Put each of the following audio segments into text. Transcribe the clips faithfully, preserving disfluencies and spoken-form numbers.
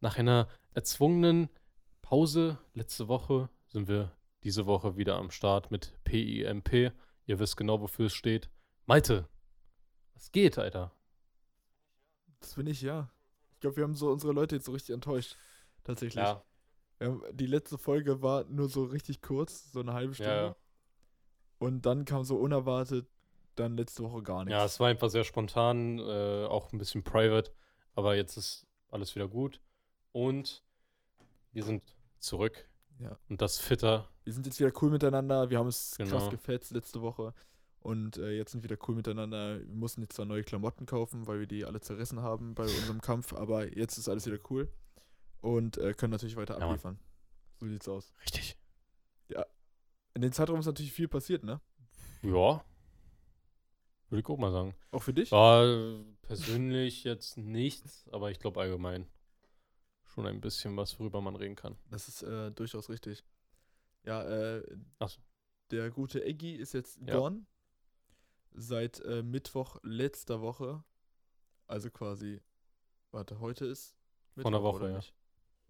Nach einer erzwungenen Pause letzte Woche sind wir diese Woche wieder am Start mit P I M P. Ihr wisst genau, wofür es steht. Malte, was geht, Alter? Das bin ich, ja. Ich glaube, wir haben so unsere Leute jetzt so richtig enttäuscht. Tatsächlich. Ja, Wir haben, die letzte Folge war nur so richtig kurz, so eine halbe ja, Stunde. ja. Und dann kam so unerwartet dann letzte Woche gar Ja, nichts. es war einfach sehr spontan, äh, auch ein bisschen private, aber jetzt ist alles wieder gut. Und wir sind zurück Ja. und das fitter, Wir sind jetzt wieder cool miteinander. Wir haben es krass genau. gefetzt letzte Woche. Und äh, jetzt sind wir wieder cool miteinander. Wir mussten jetzt zwar neue Klamotten kaufen, weil wir die alle zerrissen haben bei unserem Kampf. Aber jetzt ist alles wieder cool. Und äh, können natürlich weiter Ja, Mann. abliefern. So sieht's aus. Richtig. In den Zeitraum ist natürlich viel passiert, ne? Ja, würde ich auch mal sagen. Auch für dich? War äh, persönlich jetzt nichts, aber ich glaube allgemein schon ein bisschen was, worüber man reden kann. Das ist äh, durchaus richtig. Ja, äh, Ach so. der gute Eggy ist jetzt Ja. gone. Seit äh, Mittwoch letzter Woche. Also quasi, warte, heute ist Mittwoch, Vor einer Woche, oder ja. nicht?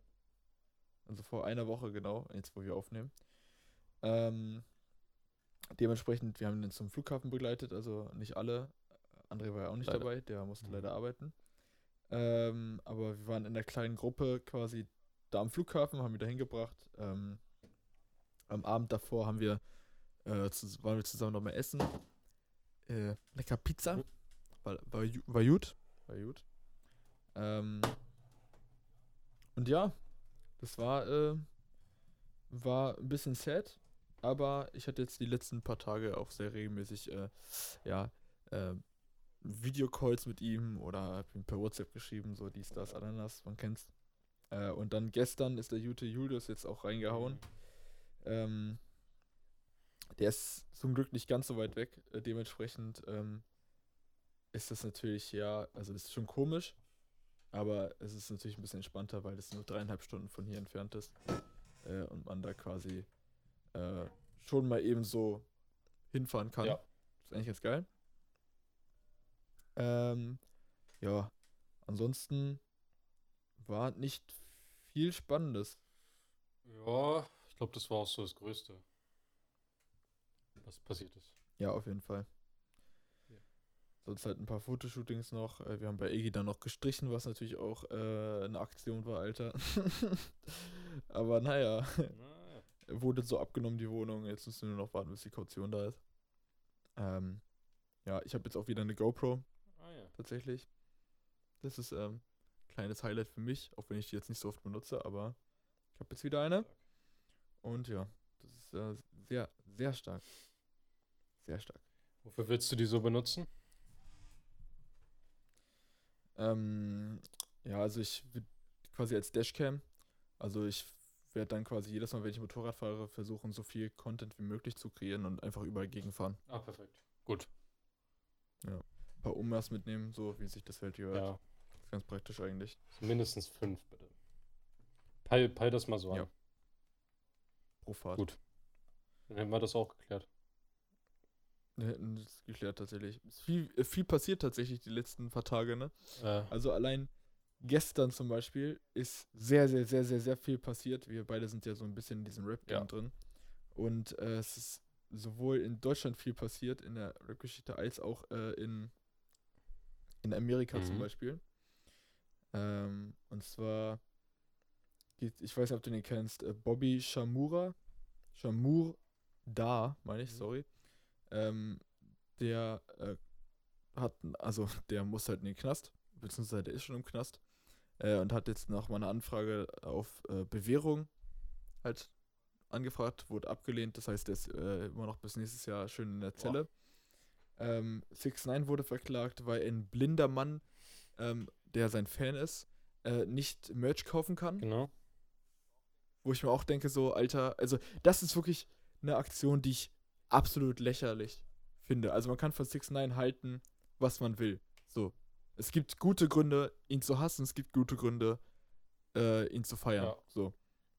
Also vor einer Woche, genau, jetzt wo wir aufnehmen. Ähm, dementsprechend, wir haben ihn zum Flughafen begleitet, also nicht alle. André war ja auch nicht Leider. dabei, der musste Mhm. leider arbeiten. Ähm, aber wir waren in der kleinen Gruppe quasi da am Flughafen, haben ihn da hingebracht. Ähm, am Abend davor haben wir, äh, zus- waren wir zusammen noch mal essen. Äh, lecker Pizza. Mhm. War, war, ju- war gut. War gut. Ähm, und ja, das war, äh, war ein bisschen sad, aber ich hatte jetzt die letzten paar Tage auch sehr regelmäßig, äh, ja, äh, Videocalls mit ihm oder hab ihm per WhatsApp geschrieben, so dies, das, Ananas, man kennt's. Äh, und dann gestern ist der Jute Julius jetzt auch reingehauen. Ähm, der ist zum Glück nicht ganz so weit weg. Äh, dementsprechend ähm, ist das natürlich, ja, also das ist schon komisch, aber es ist natürlich ein bisschen entspannter, weil es nur dreieinhalb Stunden von hier entfernt ist. Äh, und man da quasi äh, schon mal eben so hinfahren kann. Ja. Ist eigentlich ganz geil. Ähm, ja, ansonsten war nicht viel Spannendes. Ja, ich glaube, das war auch so das Größte, was passiert ist. Ja, auf jeden Fall. Ja. Sonst halt ein paar Fotoshootings noch. Äh, Wir haben bei Egi dann noch gestrichen, was natürlich auch äh, eine Aktion war, Alter. Aber naja, Naja. wurde so abgenommen, die Wohnung. Jetzt müssen wir nur noch warten, bis die Kaution da ist. Ähm, ja, ich habe jetzt auch wieder eine GoPro, Ah ja. tatsächlich. Das ist ähm, ein kleines Highlight für mich, auch wenn ich die jetzt nicht so oft benutze, aber ich habe jetzt wieder eine. Und ja, das ist äh, sehr, sehr stark. Sehr stark. Wofür willst du die so benutzen? Ähm, ja, also ich würde quasi als Dashcam, also ich werde dann quasi jedes Mal, wenn ich Motorrad fahre, versuchen, so viel Content wie möglich zu kreieren und einfach überall gegenfahren. Ah, perfekt. Gut. Ein paar Ummas mitnehmen, so wie sich das Feld gehört. Ja, Ist ganz praktisch eigentlich. so mindestens fünf, bitte. Peil, peil das mal so Ja. an. Pro Fahrt. Gut. Dann hätten wir das auch geklärt. Wir hätten das geklärt tatsächlich. Ist viel, äh, viel passiert tatsächlich die letzten paar Tage, ne? Äh, Also allein gestern zum Beispiel ist sehr, sehr, sehr, sehr, sehr viel passiert. Wir beide sind ja so ein bisschen in diesem Rap-Game Ja. drin. Und äh, es ist sowohl in Deutschland viel passiert, in der Rap-Geschichte, als auch äh, in, in Amerika zum Mhm. Beispiel. Ähm, und zwar, geht, ich weiß nicht, ob du den kennst, äh, Bobby Shamura. Shamur Da, meine ich, Mhm. sorry. Ähm, der äh, hat, also der muss halt in den Knast, beziehungsweise der ist schon im Knast. Äh, und hat jetzt noch mal eine Anfrage auf äh, Bewährung halt angefragt, wurde abgelehnt. Das heißt, der ist äh, immer noch bis nächstes Jahr schön in der Zelle. Ähm, six ix wurde verklagt, weil ein blinder Mann, ähm, der sein Fan ist, äh, nicht Merch kaufen kann. Genau. Wo ich mir auch denke, so, Alter, also das ist wirklich eine Aktion, die ich absolut lächerlich finde. Also man kann von six ix halten, was man will. So. Es gibt gute Gründe, ihn zu hassen, es gibt gute Gründe, äh, ihn zu feiern. Ja. So.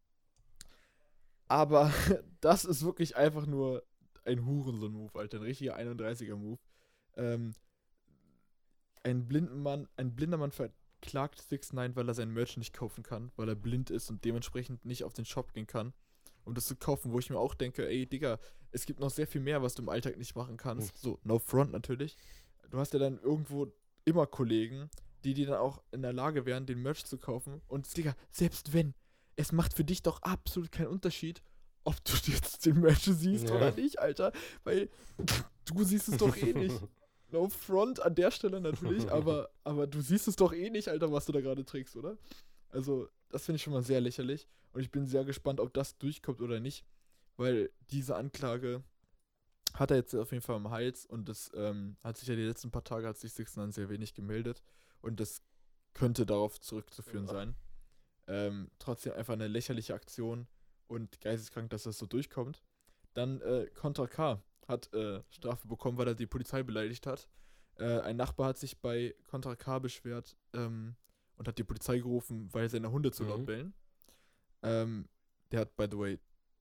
Aber das ist wirklich einfach nur ein Hurensohn-Move, Alter. Ein richtiger einunddreißiger-Move. Ähm, ein blinden Mann, ein blinder Mann ver klagt six ix neun, weil er sein Merch nicht kaufen kann, weil er blind ist und dementsprechend nicht auf den Shop gehen kann, um das zu kaufen, wo ich mir auch denke, ey, Digga, es gibt noch sehr viel mehr, was du im Alltag nicht machen kannst. So, no front natürlich. Du hast ja dann irgendwo immer Kollegen, die dir dann auch in der Lage wären, den Merch zu kaufen. Und Digga, selbst wenn, es macht für dich doch absolut keinen Unterschied, ob du jetzt den Merch siehst Ja. oder nicht, Alter. Weil du siehst es doch eh nicht. No front an der Stelle natürlich, aber, aber du siehst es doch eh nicht, Alter, was du da gerade trägst, oder? Also, das finde ich schon mal sehr lächerlich. Und ich bin sehr gespannt, ob das durchkommt oder nicht. Weil diese Anklage hat er jetzt auf jeden Fall am Hals. Und das ähm, hat sich ja die letzten paar Tage, hat sich six ix neun sehr wenig gemeldet. Und das könnte darauf zurückzuführen Ja. sein. Ähm, trotzdem einfach eine lächerliche Aktion und geisteskrank, dass das so durchkommt. Dann äh, Contra K hat äh, Strafe bekommen, weil er die Polizei beleidigt hat. Äh, ein Nachbar hat sich bei Contra K beschwert ähm, und hat die Polizei gerufen, weil seine Hunde zu laut Mhm. bellen. Ähm, der hat, by the way,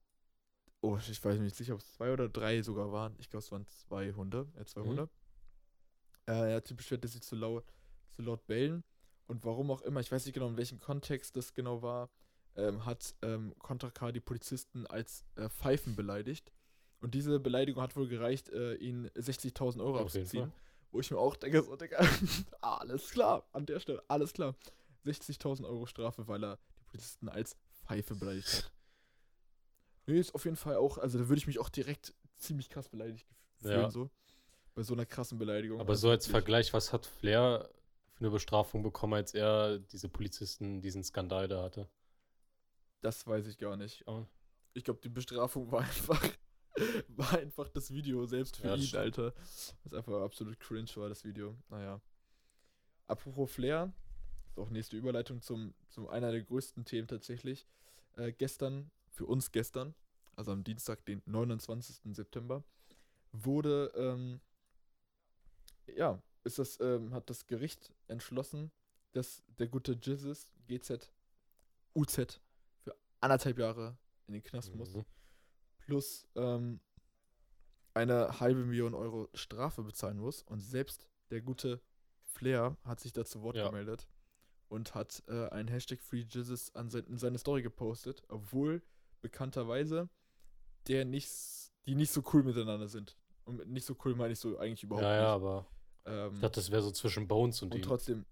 oh, ich weiß nicht sicher, ob es zwei oder drei sogar waren. Ich glaube, es waren zwei Hunde. Er hat zwei Mhm. Hunde. Äh, er hat sich beschwert, dass sie zu laut, zu laut bellen. Und warum auch immer, ich weiß nicht genau, in welchem Kontext das genau war, ähm, hat ähm, Contra K die Polizisten als äh, Pfeifen beleidigt. Und diese Beleidigung hat wohl gereicht, äh, ihnen sechzigtausend Euro Auf jeden abzuziehen. Fall. Wo ich mir auch denke, so, Digga, alles klar, an der Stelle, alles klar. sechzigtausend Euro Strafe, weil er die Polizisten als Pfeife beleidigt hat. Nee, ist auf jeden Fall auch, also da würde ich mich auch direkt ziemlich krass beleidigt gef- fühlen, Ja. so. Bei so einer krassen Beleidigung. Aber Also so als wirklich. Vergleich, was hat Flair für eine Bestrafung bekommen, als er diese Polizisten, diesen Skandal da hatte? Das weiß ich gar nicht. Oh. Ich glaube, die Bestrafung war einfach, war einfach das Video selbst für Ja, das ihn, stimmt. Alter. Was einfach absolut cringe war, das Video. Naja. Apropos Flair, ist auch nächste Überleitung zum, zum einer der größten Themen tatsächlich. Äh, gestern, für uns gestern, also am Dienstag, den neunundzwanzigsten September, wurde, ähm, ja, ist das, ähm, hat das Gericht entschlossen, dass der gute Jesus, G Z, U Z, für anderthalb Jahre in den Knast muss. Mhm. Plus ähm, eine halbe Million Euro Strafe bezahlen muss. Und selbst der gute Flair hat sich da zu Wort Ja. gemeldet und hat äh, ein Hashtag Free Jesus an sein, in seine Story gepostet, obwohl bekannterweise der nicht, die nicht so cool miteinander sind. Und mit nicht so cool meine ich so eigentlich überhaupt Ja, ja, nicht. aber Ähm, ich dachte, das wäre so zwischen Bones und, und ihm. trotzdem,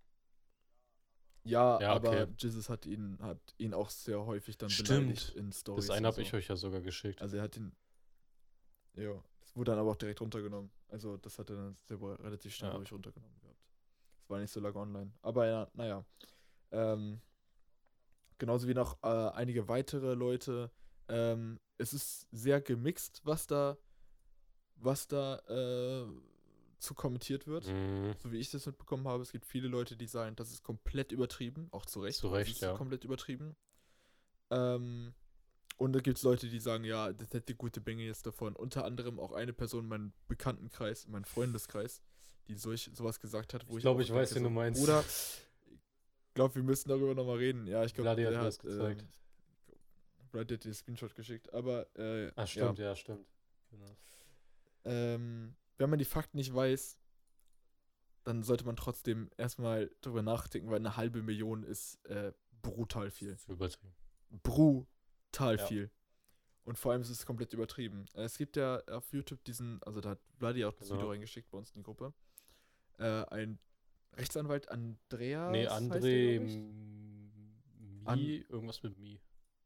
ja, Ja, aber okay. Jesus hat ihn, hat ihn auch sehr häufig dann Stimmt. beleidigt in Stories. Das eine und habe ich so. euch ja sogar geschickt. Also er hat ihn. Ja, das wurde dann aber auch direkt runtergenommen. Also das hat er dann selber relativ schnell, Ja. glaube ich, runtergenommen gehabt. Das war nicht so lange online. Aber ja, naja. Ähm, genauso wie noch äh, einige weitere Leute. Ähm, es ist sehr gemixt, was da, was da äh, zu kommentiert wird. Mhm. So wie ich das mitbekommen habe, es gibt viele Leute, die sagen, das ist komplett übertrieben. Auch zu Recht. Zu Recht, es ist ja. komplett übertrieben. Ähm, und da gibt es Leute, die sagen, ja, das hätte gute Menge jetzt davon. Unter anderem auch eine Person in meinem Bekanntenkreis, in meinem Freundeskreis, die solch, sowas gesagt hat, wo Ich ich glaube, auch ich weiß, denke, wen du meinst. Oder, ich glaube, wir müssen darüber nochmal reden. Ja, ich glaube, Vladi hat der mir das hat, gezeigt. ähm, Vladi hat dir den Screenshot geschickt. Aber, äh, Ah, stimmt, ja, stimmt. Genau. ähm, wenn man die Fakten nicht weiß, dann sollte man trotzdem erstmal drüber nachdenken, weil eine halbe Million ist äh, brutal viel. Das ist übertrieben. Brutal Ja. viel. Und vor allem ist es komplett übertrieben. Äh, Es gibt ja auf YouTube diesen, also da hat Vladi auch das Genau. Video reingeschickt bei uns in die Gruppe. Äh, ein Rechtsanwalt Andreas. Nee, heißt der, André glaub ich? M- An- Mi, irgendwas mit Mi.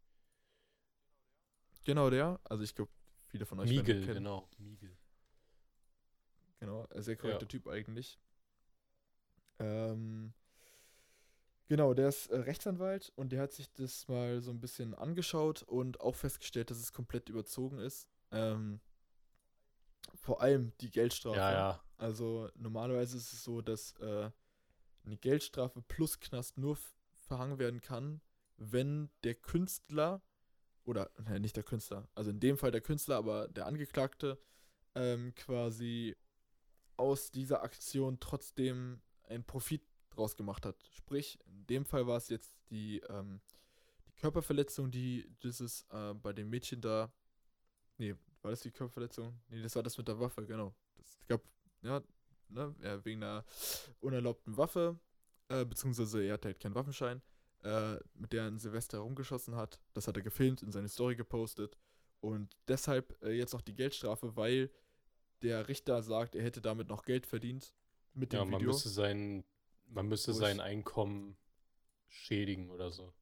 Genau der. Also ich glaube, viele von euch werden ihn Miegel, kennen. genau. Miegel. Genau, ein sehr korrekter Ja. Typ eigentlich. Ähm, genau, der ist äh, Rechtsanwalt und der hat sich das mal so ein bisschen angeschaut und auch festgestellt, dass es komplett überzogen ist. Ähm, vor allem die Geldstrafe. Ja, ja. Also normalerweise ist es so, dass äh, eine Geldstrafe plus Knast nur f- verhangen werden kann, wenn der Künstler, oder ne, nicht der Künstler, also in dem Fall der Künstler, aber der Angeklagte ähm, quasi aus dieser Aktion trotzdem einen Profit draus gemacht hat. Sprich, in dem Fall war es jetzt die, ähm, die Körperverletzung, die dieses äh, bei dem Mädchen da. Nee, war das die Körperverletzung? Nee, das war das mit der Waffe, genau. Das gab, ja, ne, ja, wegen einer unerlaubten Waffe äh, beziehungsweise er hatte halt keinen Waffenschein, äh, mit der er an Silvester herumgeschossen hat. Das hat er gefilmt, in seine Story gepostet. Und deshalb äh, jetzt noch die Geldstrafe, weil der Richter sagt, er hätte damit noch Geld verdient mit Ja, dem man Video. müsste sein, man müsste Wo sein ich, Einkommen schädigen oder so.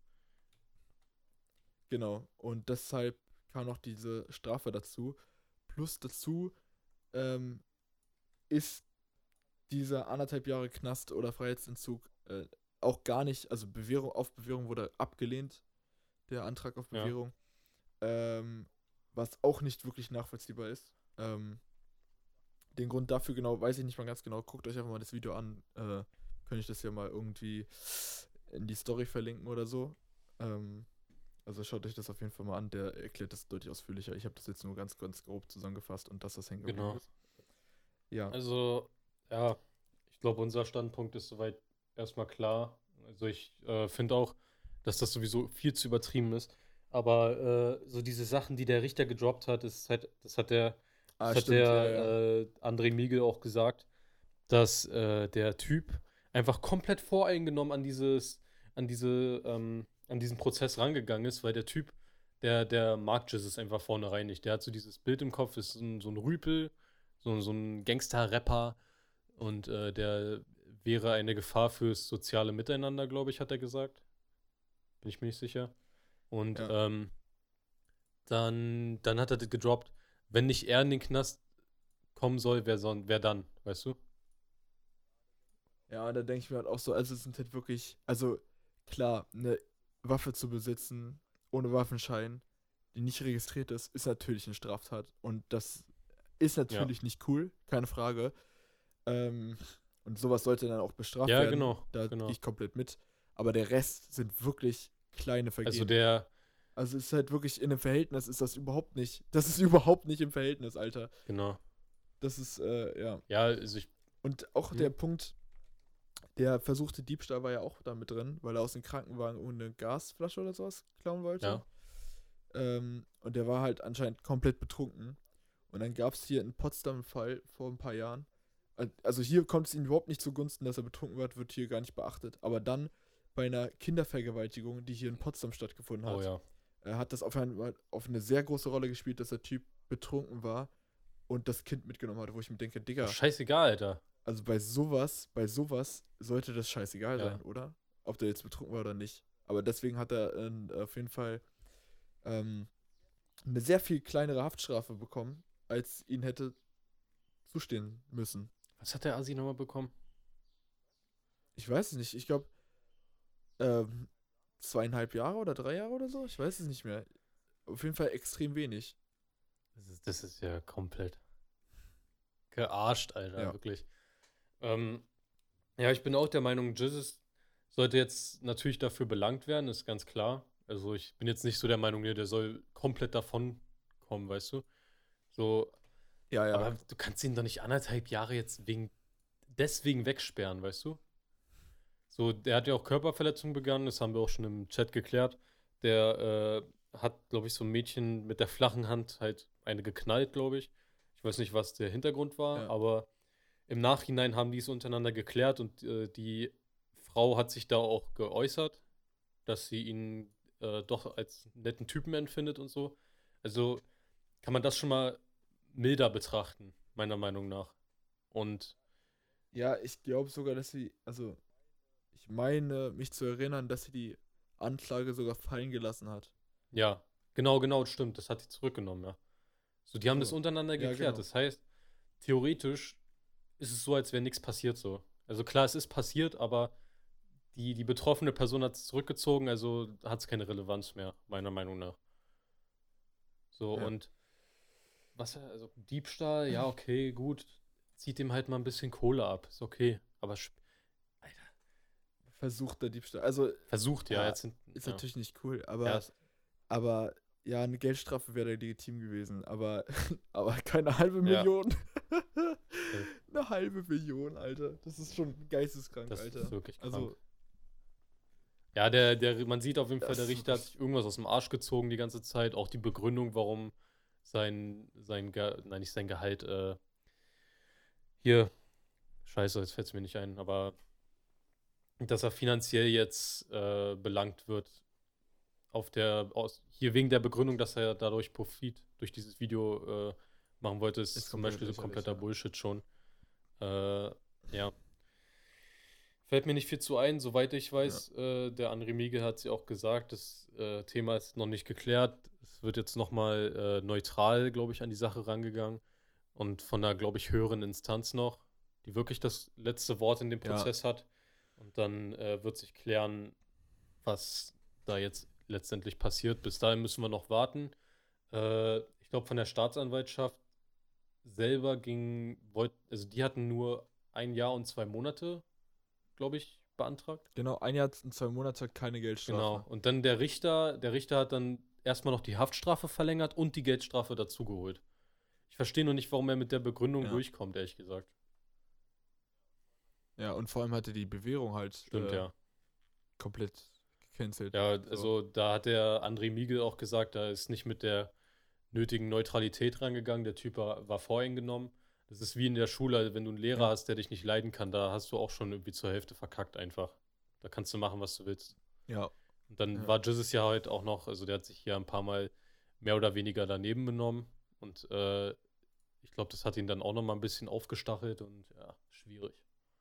genau. Und deshalb kam noch diese Strafe dazu. Plus dazu ähm, ist dieser anderthalb Jahre Knast oder Freiheitsentzug äh, auch gar nicht, also Bewährung auf Bewährung wurde abgelehnt, der Antrag auf Ja, Bewährung, ähm, was auch nicht wirklich nachvollziehbar ist. Ähm, den Grund dafür genau weiß ich nicht mal ganz genau. Guckt euch einfach mal das Video an. Äh, könnte ich das ja mal irgendwie in die Story verlinken oder so. Ähm, also schaut euch das auf jeden Fall mal an. Der erklärt das deutlich ausführlicher. Ich habe das jetzt nur ganz, ganz grob zusammengefasst und dass das hängen geblieben genau. ist. Ja, Also, ja, ich glaube, unser Standpunkt ist soweit erstmal klar. Also ich äh, finde auch, dass das sowieso viel zu übertrieben ist. Aber äh, so diese Sachen, die der Richter gedroppt hat, ist halt, das hat der, ah, das hat stimmt, ja, ja. der äh, André Miegel auch gesagt, dass äh, der Typ einfach komplett voreingenommen an dieses, an diese, ähm, an diesen Prozess rangegangen ist, weil der Typ, der, der mag Jesus einfach vornherein nicht. Der hat so dieses Bild im Kopf, ist so ein, so ein Rüpel, so, so ein Gangster-Rapper und äh, der wäre eine Gefahr fürs soziale Miteinander, glaube ich, hat er gesagt. Bin ich mir nicht sicher. Und Ja, ähm, dann, dann hat er das gedroppt, wenn nicht er in den Knast kommen soll, wer, son wer dann, weißt du? ja, da denke ich mir halt auch so, also es sind halt wirklich, also klar, eine Waffe zu besitzen ohne Waffenschein, die nicht registriert ist, ist natürlich eine Straftat. Und das ist Ja. natürlich nicht cool, keine Frage. Ähm, und sowas sollte dann auch bestraft Ja, werden. genau, Da gehe genau. ich komplett mit. Aber der Rest sind wirklich kleine Also Vergehen. der, Also es ist halt wirklich in einem Verhältnis, ist das überhaupt nicht. Das ist überhaupt nicht im Verhältnis, Alter. genau. Das ist, äh, ja. Ja, also ich, Und auch hm? der Punkt, der versuchte Diebstahl war ja auch da mit drin, weil er aus dem Krankenwagen eine Gasflasche oder sowas klauen wollte. Ja, Ähm, und der war halt anscheinend komplett betrunken. Und dann gab es hier in Potsdam einen Fall vor ein paar Jahren. Al- Also hier kommt es ihm überhaupt nicht zugunsten, dass er betrunken wird, wird hier gar nicht beachtet. Aber dann bei einer Kindervergewaltigung, die hier in Potsdam stattgefunden oh hat, ja. äh, hat das auf, ein, auf eine sehr große Rolle gespielt, dass der Typ betrunken war und das Kind mitgenommen hat, wo ich mir denke, Doch Digga, scheißegal, Alter. also bei sowas, bei sowas sollte das scheißegal Ja. sein, oder? Ob der jetzt betrunken war oder nicht. Aber deswegen hat er äh, auf jeden Fall ähm, eine sehr viel kleinere Haftstrafe bekommen, als ihn hätte zustehen müssen. Was hat der Asi nochmal bekommen? Ich weiß es nicht. Ich glaube, ähm, zweieinhalb Jahre oder drei Jahre oder so. Ich weiß es nicht mehr. Auf jeden Fall extrem wenig. Das ist, das ist ja komplett gearscht, Alter, Ja. wirklich. Ähm, ja, ich bin auch der Meinung, Jesus sollte jetzt natürlich dafür belangt werden, ist ganz klar. Also ich bin jetzt nicht so der Meinung, nee, der soll komplett davon kommen, weißt du? So, Ja, aber ja. du kannst ihn doch nicht anderthalb Jahre jetzt wegen deswegen wegsperren, weißt du? So, der hat ja auch Körperverletzungen begangen, das haben wir auch schon im Chat geklärt. Der äh, hat, glaube ich, so ein Mädchen mit der flachen Hand halt eine geknallt, glaube ich. Ich weiß nicht, was der Hintergrund war, Ja. aber im Nachhinein haben die es untereinander geklärt und äh, die Frau hat sich da auch geäußert, dass sie ihn äh, doch als netten Typen empfindet und so. Also kann man das schon mal milder betrachten, meiner Meinung nach. Und Ja, ich glaube sogar, dass sie, also ich meine, mich zu erinnern, dass sie die Anklage sogar fallen gelassen hat. ja, genau, genau, stimmt, das hat sie zurückgenommen, ja. So, die haben das Also, untereinander ja, geklärt. genau. Das heißt, theoretisch ist es so, als wäre nichts passiert so. Also klar, es ist passiert, aber die, die betroffene Person hat es zurückgezogen, also hat es keine Relevanz mehr, meiner Meinung nach. So, Ja. und was, also Diebstahl, ja, okay, gut. Zieht ihm halt mal ein bisschen Kohle ab, ist okay. Aber, sch- Alter, Versuchter Diebstahl. Also, versucht ja, ja, jetzt sind, ist ja. natürlich nicht cool, Ja, aber, ist, aber ja, eine Geldstrafe wäre legitim gewesen, aber, aber keine halbe ja, Million. safe. Eine halbe Million, Alter. Das ist schon geisteskrank, Das ist Alter. wirklich krank. Also, Ja, der, der, man sieht auf jeden Fall, das der ist Richter hat wirklich. sich irgendwas aus dem Arsch gezogen die ganze Zeit. Auch die Begründung, warum sein, sein, Ge nein, nicht sein Gehalt, äh, hier, scheiße, jetzt fällt es mir nicht ein, aber dass er finanziell jetzt äh, belangt wird. Auf der, aus, hier wegen der Begründung, dass er dadurch Profit durch dieses Video äh, machen wollte, ist Ist zum komplett Beispiel so lächerlich, kompletter ja. Bullshit schon. Äh, ja. Fällt mir nicht viel zu ein, soweit ich Ja. weiß. Äh, der André Miege hat sie auch gesagt, das äh, Thema ist noch nicht geklärt. Es wird jetzt nochmal äh, neutral, glaube ich, an die Sache rangegangen. Und von einer, glaube ich, höheren Instanz noch, die wirklich das letzte Wort in dem Ja, Prozess hat. Und dann äh, wird sich klären, was da jetzt letztendlich passiert. Bis dahin müssen wir noch warten. Äh, ich glaube, von der Staatsanwaltschaft selber ging, wollt, also die hatten nur ein Jahr und zwei Monate, glaube ich, beantragt. genau, ein Jahr und zwei Monate keine Genau. Geldstrafe. Und dann der Richter, der Richter hat dann erstmal noch die Haftstrafe verlängert und die Geldstrafe dazugeholt. Ich verstehe nur nicht, warum er mit der Begründung Ja. durchkommt, ehrlich gesagt. Ja, und vor allem hatte die Bewährung halt Stimmt, äh, ja. komplett gecancelt. Ja, So. also da hat der André Miegel auch gesagt, da ist nicht mit der nötigen Neutralität rangegangen. Der Typ war, war voreingenommen. Das ist wie in der Schule, wenn du einen Lehrer Ja. hast, der dich nicht leiden kann, da hast du auch schon irgendwie zur Hälfte verkackt einfach. Da kannst du machen, was du willst. Ja. Und dann Ja. war Jesus ja heute auch noch, also der hat sich hier ein paar Mal mehr oder weniger daneben benommen. Und äh, ich glaube, das hat ihn dann auch nochmal ein bisschen aufgestachelt und ja, schwierig.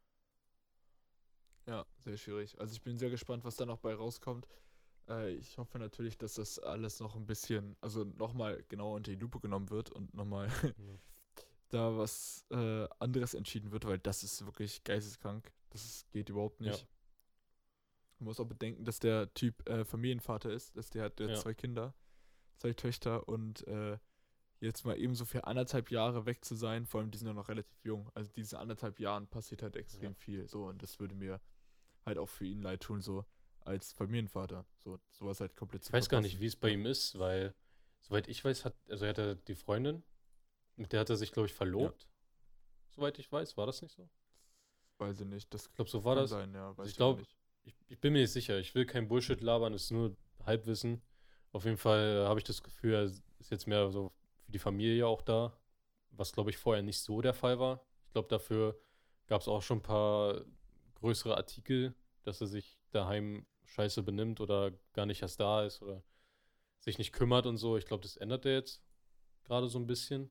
Ja, sehr schwierig. Also ich bin sehr gespannt, was da noch bei rauskommt. Äh, ich hoffe natürlich, dass das alles noch ein bisschen, also nochmal genauer unter die Lupe genommen wird und nochmal Ja. da was äh, anderes entschieden wird, weil das ist wirklich geisteskrank. Das ist, geht überhaupt nicht. Ja. Man muss auch bedenken, dass der Typ äh, Familienvater ist, dass der hat äh, Ja. zwei Kinder, zwei Töchter und äh, jetzt mal eben so für anderthalb Jahre weg zu sein, vor allem die sind ja noch relativ jung, also diese anderthalb Jahren passiert halt extrem Ja. viel, so, und das würde mir halt auch für ihn leid tun, so als Familienvater, so sowas halt komplett Ich zu weiß gar nicht, verpassen. wie es bei Ja. ihm ist, weil, soweit ich weiß, hat, also er hatte die Freundin, mit der hat er sich, glaube ich, verlobt. Soweit ich weiß, war das nicht so? Weiß ich nicht, das Ich glaube, so war kann das. sein, ja, Also weiß ich ich aber glaube, nicht. ich, ich bin mir nicht sicher. Ich will kein Bullshit labern, es ist nur Halbwissen. Auf jeden Fall äh, habe ich das Gefühl, er ist jetzt mehr so für die Familie auch da, was, glaube ich, vorher nicht so der Fall war. Ich glaube, dafür gab es auch schon ein paar größere Artikel, dass er sich daheim scheiße benimmt oder gar nicht erst da ist oder sich nicht kümmert und so. Ich glaube, das ändert er jetzt gerade so ein bisschen.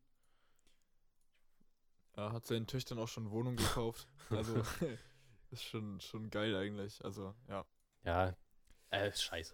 Er hat seinen Töchtern auch schon Wohnung gekauft, also ist schon, schon geil eigentlich, also ja. Ja, er ist scheiße.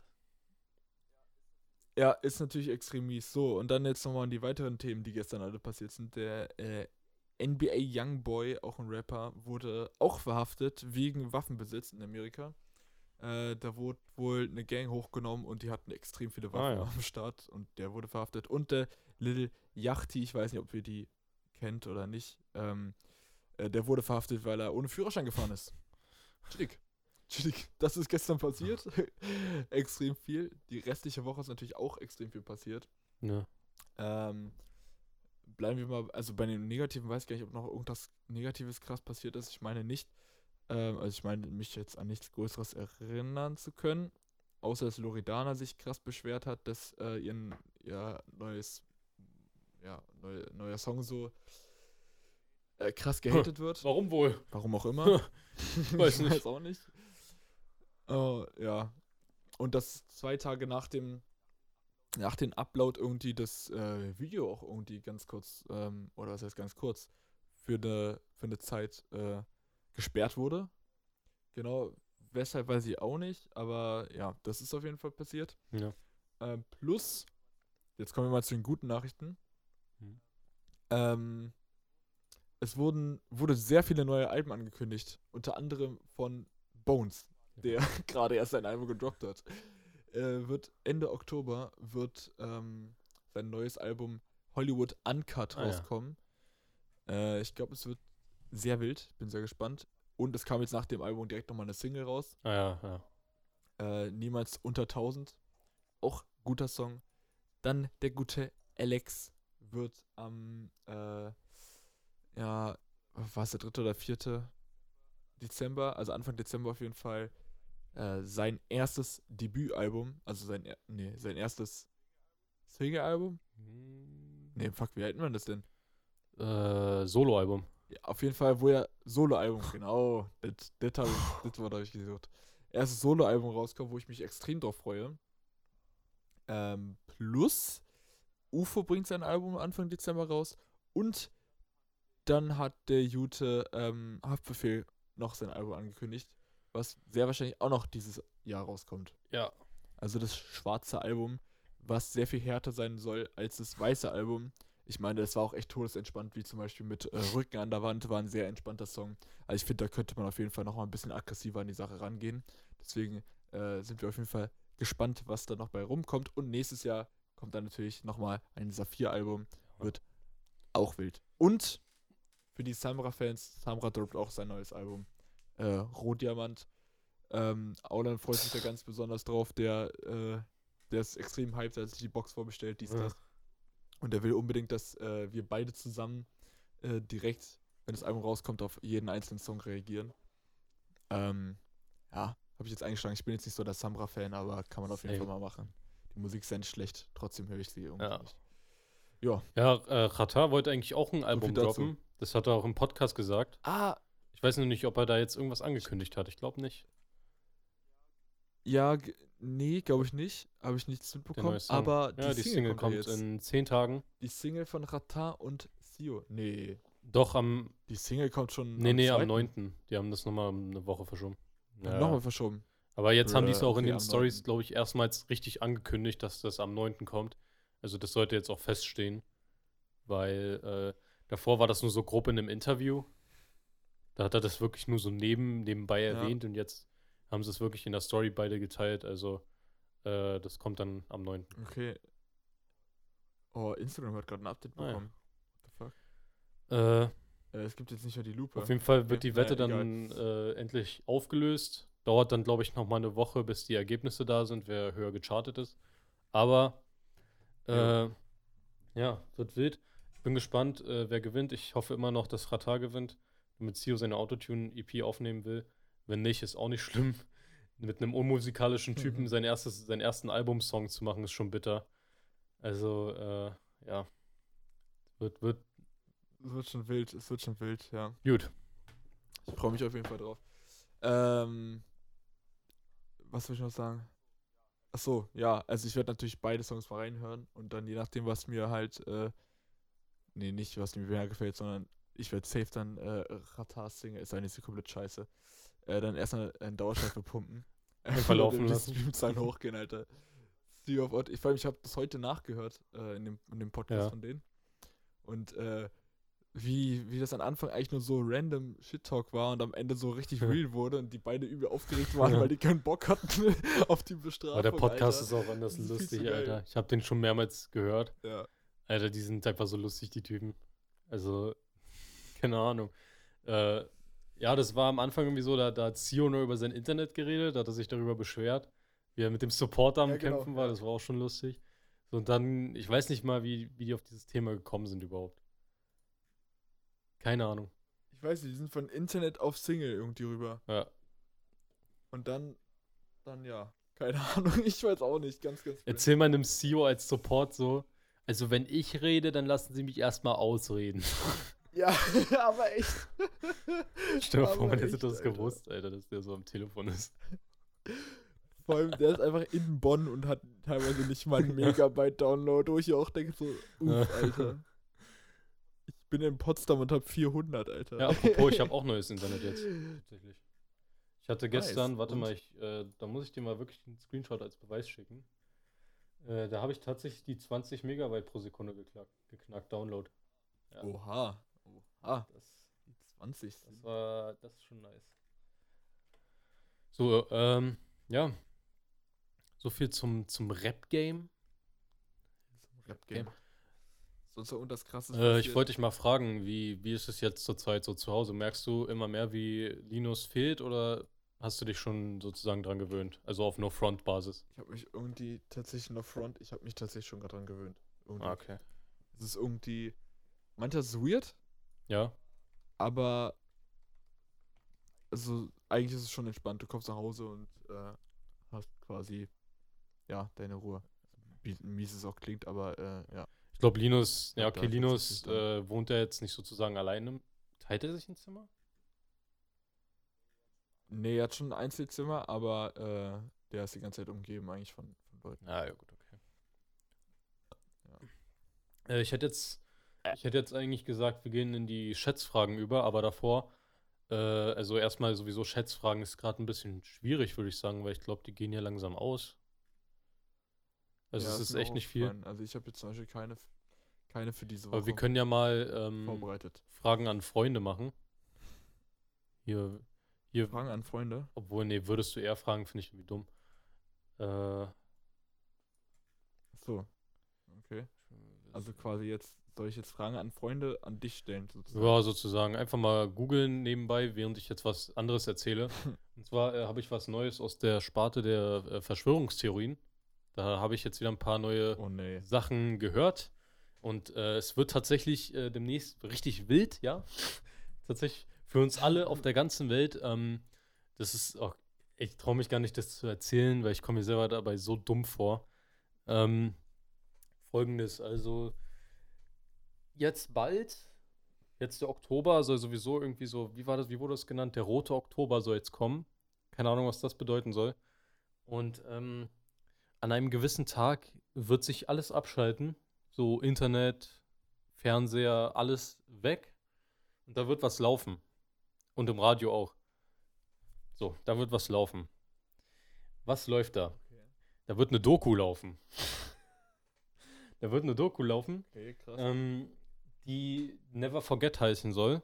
Ja, ist natürlich extrem mies. So, und dann jetzt nochmal an die weiteren Themen, die gestern alle passiert sind. Der äh, N B A Youngboy, auch ein Rapper, wurde auch verhaftet wegen Waffenbesitz in Amerika. Äh, da wurde wohl eine Gang hochgenommen und die hatten extrem viele Ah, Waffen ja. am Start und der wurde verhaftet. Und der Lil Yachty, ich weiß nicht, ob ihr die kennt oder nicht, ähm, äh, der wurde verhaftet, weil er ohne Führerschein gefahren ist. Chillig. Chillig. Das ist gestern passiert. Extrem viel. Die restliche Woche ist natürlich auch extrem viel passiert. Ja. Ähm, bleiben wir mal, also bei den Negativen weiß ich gar nicht, ob noch irgendwas Negatives krass passiert ist. Ich meine nicht. Ähm, also ich meine, mich jetzt an nichts Größeres erinnern zu können. Außer dass Loredana sich krass beschwert hat, dass äh, ihren ja, neues, ja, neu, neuer Song so äh, krass gehatet wird. Warum wohl? Warum auch immer. Weiß ich nicht. weiß auch nicht. Oh, ja. Und dass zwei Tage nach dem nach dem Upload irgendwie das äh, Video auch irgendwie ganz kurz, ähm, oder was heißt ganz kurz, für eine, für eine Zeit äh, gesperrt wurde. Genau, weshalb weiß ich auch nicht, aber ja, das ist auf jeden Fall passiert. Ja. Ähm, plus, jetzt kommen wir mal zu den guten Nachrichten. Hm. Ähm, es wurden, wurde sehr viele neue Alben angekündigt, unter anderem von Bones, der gerade erst sein Album gedroppt hat. Äh, wird Ende Oktober wird ähm, sein neues Album Hollywood Uncut Ah, ja. rauskommen. Äh, ich glaube, es wird sehr wild. Bin sehr gespannt. Und es kam jetzt nach dem Album direkt nochmal eine Single raus. Ah, ja, ja. Äh, Niemals unter tausend. Auch guter Song. Dann der gute Alex wird am, äh, ja, war es der dritte oder vierte Dezember, also Anfang Dezember auf jeden Fall, äh, sein erstes Debütalbum, also sein, er- nee, sein erstes Single-Album? Hm. Nee, fuck, wie hält man das denn? Äh, Soloalbum. Ja, auf jeden Fall, wo er Soloalbum, genau, das, das, hab ich, das Wort habe ich gesucht. Erstes Soloalbum rauskommt, wo ich mich extrem drauf freue. Ähm, plus, UFO bringt sein Album Anfang Dezember raus und dann hat der Jute ähm, Haftbefehl noch sein Album angekündigt, was sehr wahrscheinlich auch noch dieses Jahr rauskommt. Ja. Also das schwarze Album, was sehr viel härter sein soll als das weiße Album. Ich meine, das war auch echt todesentspannt, wie zum Beispiel mit äh, Rücken an der Wand, war ein sehr entspannter Song. Also ich finde, da könnte man auf jeden Fall noch mal ein bisschen aggressiver an die Sache rangehen. Deswegen äh, sind wir auf jeden Fall gespannt, was da noch bei rumkommt. Und nächstes Jahr kommt dann natürlich noch mal ein Saphir-Album. Wird auch wild. Und für die Samra-Fans, Samra droppt auch sein neues Album. Äh, Rohdiamant. Ähm, Aulan freut sich da ganz besonders drauf. Der, äh, der ist extrem hyped, hat sich die Box vorbestellt, dies, Ja. das. Und er will unbedingt, dass äh, wir beide zusammen äh, direkt, wenn das Album rauskommt, auf jeden einzelnen Song reagieren. Ähm, ja, habe ich jetzt eingeschlagen. Ich bin jetzt nicht so der Samra-Fan, aber kann man auf jeden Same. Fall mal machen. Die Musik ist ja nicht schlecht, trotzdem höre ich sie irgendwie Ja. nicht. Ja. Ja, äh, Rata wollte eigentlich auch ein Album viel dazu. droppen. Das hat er auch im Podcast gesagt. Ah, Ich weiß nur nicht, ob er da jetzt irgendwas angekündigt hat. Ich glaube nicht. ja, g- nee, glaube ich nicht. Habe ich nichts Der mitbekommen. neue Song. Aber Ja, die Single ja kommt jetzt. in zehn Tagen. Die Single von Rata und Sio. Nee, Doch am. die Single kommt schon Nee, nee, am zweiten. neunten Die haben das nochmal um eine Woche verschoben. Ja. Ja. Nochmal verschoben. Aber jetzt haben die es Bruh, auch in okay, den am Stories, neunten. glaube ich, erstmals richtig angekündigt, dass das am neunten kommt. Also das sollte jetzt auch feststehen. Weil äh, davor war das nur so grob in einem Interview. Da hat er das wirklich nur so neben, nebenbei Ja. erwähnt und jetzt haben sie es wirklich in der Story beide geteilt. Also äh, das kommt dann am neunten Okay. Oh, Instagram hat gerade ein Update Ah, ja. bekommen. What the fuck? Äh, Äh, es gibt jetzt nicht mehr die Lupe. Auf jeden Fall wird Okay, die Wette naja, dann äh, endlich aufgelöst. Dauert dann, glaube ich, noch mal eine Woche, bis die Ergebnisse da sind, wer höher gechartet ist. Aber äh, Ja. ja, wird wild. Ich bin gespannt, äh, wer gewinnt. Ich hoffe immer noch, dass Rata gewinnt, damit Sio seine Autotune-E P aufnehmen will. Wenn nicht, ist auch nicht schlimm. Mit einem unmusikalischen Typen Mhm. sein erstes, seinen ersten Albumsong zu machen, ist schon bitter. Also, äh, ja. Wird, wird Es wird schon wild, es wird schon wild, ja. gut. Ich freue mich auf jeden Fall drauf. Ähm, was soll ich noch sagen? Ach so, ja, also ich werde natürlich beide Songs mal reinhören und dann je nachdem, was mir halt, äh, nee, nicht was mir mehr gefällt, sondern ich werde safe dann äh, Ratas Single, ist eigentlich so komplett scheiße, äh, dann erstmal in Dauerschleife pumpen. Einfach laufen Und die lassen. Streamzahlen hochgehen, Alter. Sea of Odd. Ich, vor allem, ich habe das heute nachgehört äh, in, dem, in dem Podcast Ja. von denen. Und äh, wie, wie das am Anfang eigentlich nur so random Shit-Talk war und am Ende so richtig real wurde und die beide übel aufgeregt waren, weil die keinen Bock hatten auf die Bestrafung. Aber der Podcast Alter. ist auch anders Das ist viel lustig, zu geil. Alter. Ich habe den schon mehrmals gehört. Ja. Alter, die sind einfach so lustig, die Typen. Also, keine Ahnung. Äh, ja, das war am Anfang irgendwie so, da, da hat Sio nur über sein Internet geredet, da hat er sich darüber beschwert, wie er mit dem Supporter am Ja, genau, Kämpfen war, ja. das war auch schon lustig. So, und dann, ich weiß nicht mal, wie, wie die auf dieses Thema gekommen sind überhaupt. Keine Ahnung. Ich weiß nicht, die sind von Internet auf Single irgendwie rüber. Ja. Und dann, dann ja. Keine Ahnung, ich weiß auch nicht. Ganz, ganz Erzähl mal einem Sio als Support so, also wenn ich rede, dann lassen sie mich erstmal ausreden. Ja, aber echt. Stell dir mal vor, Aber man hätte echt, das Alter. gewusst, Alter, dass der so am Telefon ist. Vor allem, der ist einfach in Bonn und hat teilweise nicht mal einen Megabyte Download, wo ich ja auch denke so, uff, Alter. Ich bin in Potsdam und hab vierhundert, Alter. Ja, apropos, ich habe auch neues Internet jetzt. Tatsächlich. Ich hatte Nice. gestern, warte Und? mal, ich, äh, da muss ich dir mal wirklich einen Screenshot als Beweis schicken. Äh, da habe ich tatsächlich die zwanzig Megabyte pro Sekunde geknackt, geknackt Download. Ja. Oha. Oha. Das, Die zwanzig. das war, das ist schon nice. So, ähm, ja. So viel zum, zum Rap-Game. Rap-Game. Sonst noch irgendwas krasses Äh, ich passiert? wollte dich mal fragen, wie, wie ist es jetzt zurzeit so zu Hause? Merkst du immer mehr, wie Linus fehlt oder hast du dich schon sozusagen dran gewöhnt? Also auf No-Front-Basis? Ich habe mich irgendwie tatsächlich noch Front, ich habe mich tatsächlich schon gerade dran gewöhnt. Irgendwie. Ah, okay. Es ist irgendwie, manchmal ist es weird, Ja, aber also eigentlich ist es schon entspannt. Du kommst nach Hause und äh, hast quasi, ja, deine Ruhe. Wie mies es auch klingt, aber äh, ja. ich glaube Linus, ja Ja, okay, da ist Linus tatsächlich äh, wohnt ja jetzt nicht sozusagen alleine Teilt er sich ein Zimmer? Nee, er hat schon ein Einzelzimmer, aber äh, der ist die ganze Zeit umgeben eigentlich von, von Leuten. Ah, ja, gut, okay. Ja. Äh, ich hätte jetzt, ich hätte jetzt eigentlich gesagt, wir gehen in die Schätzfragen über, aber davor, äh, also erstmal sowieso Schätzfragen ist gerade ein bisschen schwierig, würde ich sagen, weil ich glaube, die gehen ja langsam aus. Also Ja, es ist mir auch echt nicht viel. aufgefallen. Also ich habe jetzt zum Beispiel keine, keine für diese Aber wir Woche können ja mal ähm, vorbereitet. Fragen an Freunde machen. Hier, hier, Fragen an Freunde. obwohl, nee, würdest du eher fragen, finde ich irgendwie dumm. Äh, Achso, okay. Also quasi jetzt, soll ich jetzt Fragen an Freunde an dich stellen, sozusagen? Ja, sozusagen. Einfach mal googeln nebenbei, während ich jetzt was anderes erzähle. Und zwar äh, habe ich was Neues aus der Sparte der äh, Verschwörungstheorien. Da habe ich jetzt wieder ein paar neue Oh nee. Sachen gehört. Und äh, es wird tatsächlich äh, demnächst richtig wild, ja. Tatsächlich für uns alle auf der ganzen Welt. Ähm, das ist auch, ich traue mich gar nicht, das zu erzählen, weil ich komme mir selber dabei so dumm vor. Ähm, Folgendes, also jetzt bald, jetzt der Oktober soll sowieso irgendwie so, wie war das, wie wurde das genannt? Der rote Oktober soll jetzt kommen. Keine Ahnung, was das bedeuten soll. Und ähm, an einem gewissen Tag wird sich alles abschalten. So Internet, Fernseher, alles weg. Und da wird was laufen. Und im Radio auch. So, da wird was laufen. Was läuft da? Okay, Da wird eine Doku laufen. Da wird eine Doku laufen, okay krass. ähm, die Never Forget heißen soll.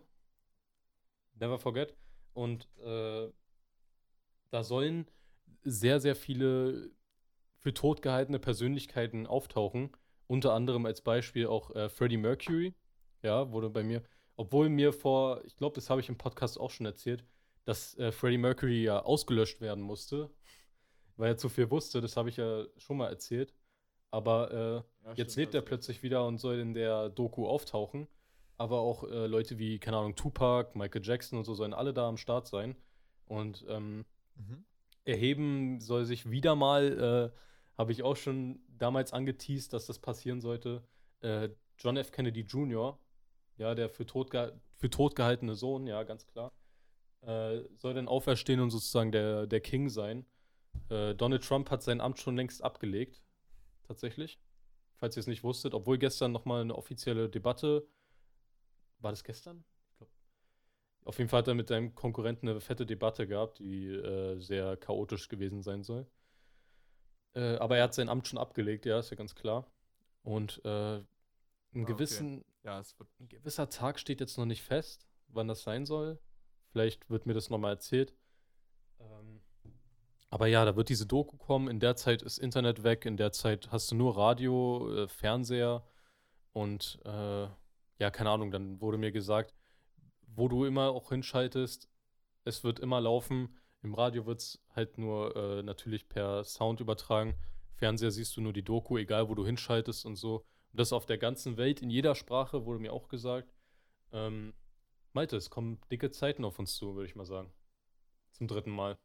Never Forget. Und äh, da sollen sehr, sehr viele für tot gehaltene Persönlichkeiten auftauchen. Unter anderem als Beispiel auch äh, Freddie Mercury. Ja, wurde bei mir, obwohl mir vor, ich glaube, das habe ich im Podcast auch schon erzählt, dass äh, Freddie Mercury ja ausgelöscht werden musste, weil er zu viel wusste. Das habe ich ja schon mal erzählt. Aber äh, Ja, jetzt stimmt, lebt er hast du plötzlich wieder und soll in der Doku auftauchen. Aber auch äh, Leute wie, keine Ahnung, Tupac, Michael Jackson und so sollen alle da am Start sein. Und ähm, Mhm. erheben soll sich wieder mal, äh, habe ich auch schon damals angeteased, dass das passieren sollte, äh, John F. Kennedy Junior, ja, der für tot, geha- für tot gehaltene Sohn, ja, ganz klar, äh, soll dann auferstehen und sozusagen der, der King sein. Äh, Donald Trump hat sein Amt schon längst abgelegt, tatsächlich, falls ihr es nicht wusstet, obwohl gestern nochmal eine offizielle Debatte, war das gestern? Ich glaube. Auf jeden Fall hat er mit seinem Konkurrenten eine fette Debatte gehabt, die äh, sehr chaotisch gewesen sein soll. Äh, aber er Ja. hat sein Amt schon abgelegt, ja, ist ja ganz klar. Und äh, einen Ah, okay. gewissen, Ja, es wird. ein gewisser Tag steht jetzt noch nicht fest, wann das sein soll. Vielleicht wird mir das nochmal erzählt. Ähm, aber ja, da wird diese Doku kommen. In der Zeit ist Internet weg. In der Zeit hast du nur Radio, äh, Fernseher und äh, ja, keine Ahnung. Dann wurde mir gesagt, wo du immer auch hinschaltest, es wird immer laufen. Im Radio wird es halt nur äh, natürlich per Sound übertragen. Fernseher siehst du nur die Doku, egal wo du hinschaltest und so. Und das auf der ganzen Welt, in jeder Sprache, wurde mir auch gesagt. Ähm, Malte, es kommen dicke Zeiten auf uns zu, würde ich mal sagen. Zum dritten Mal.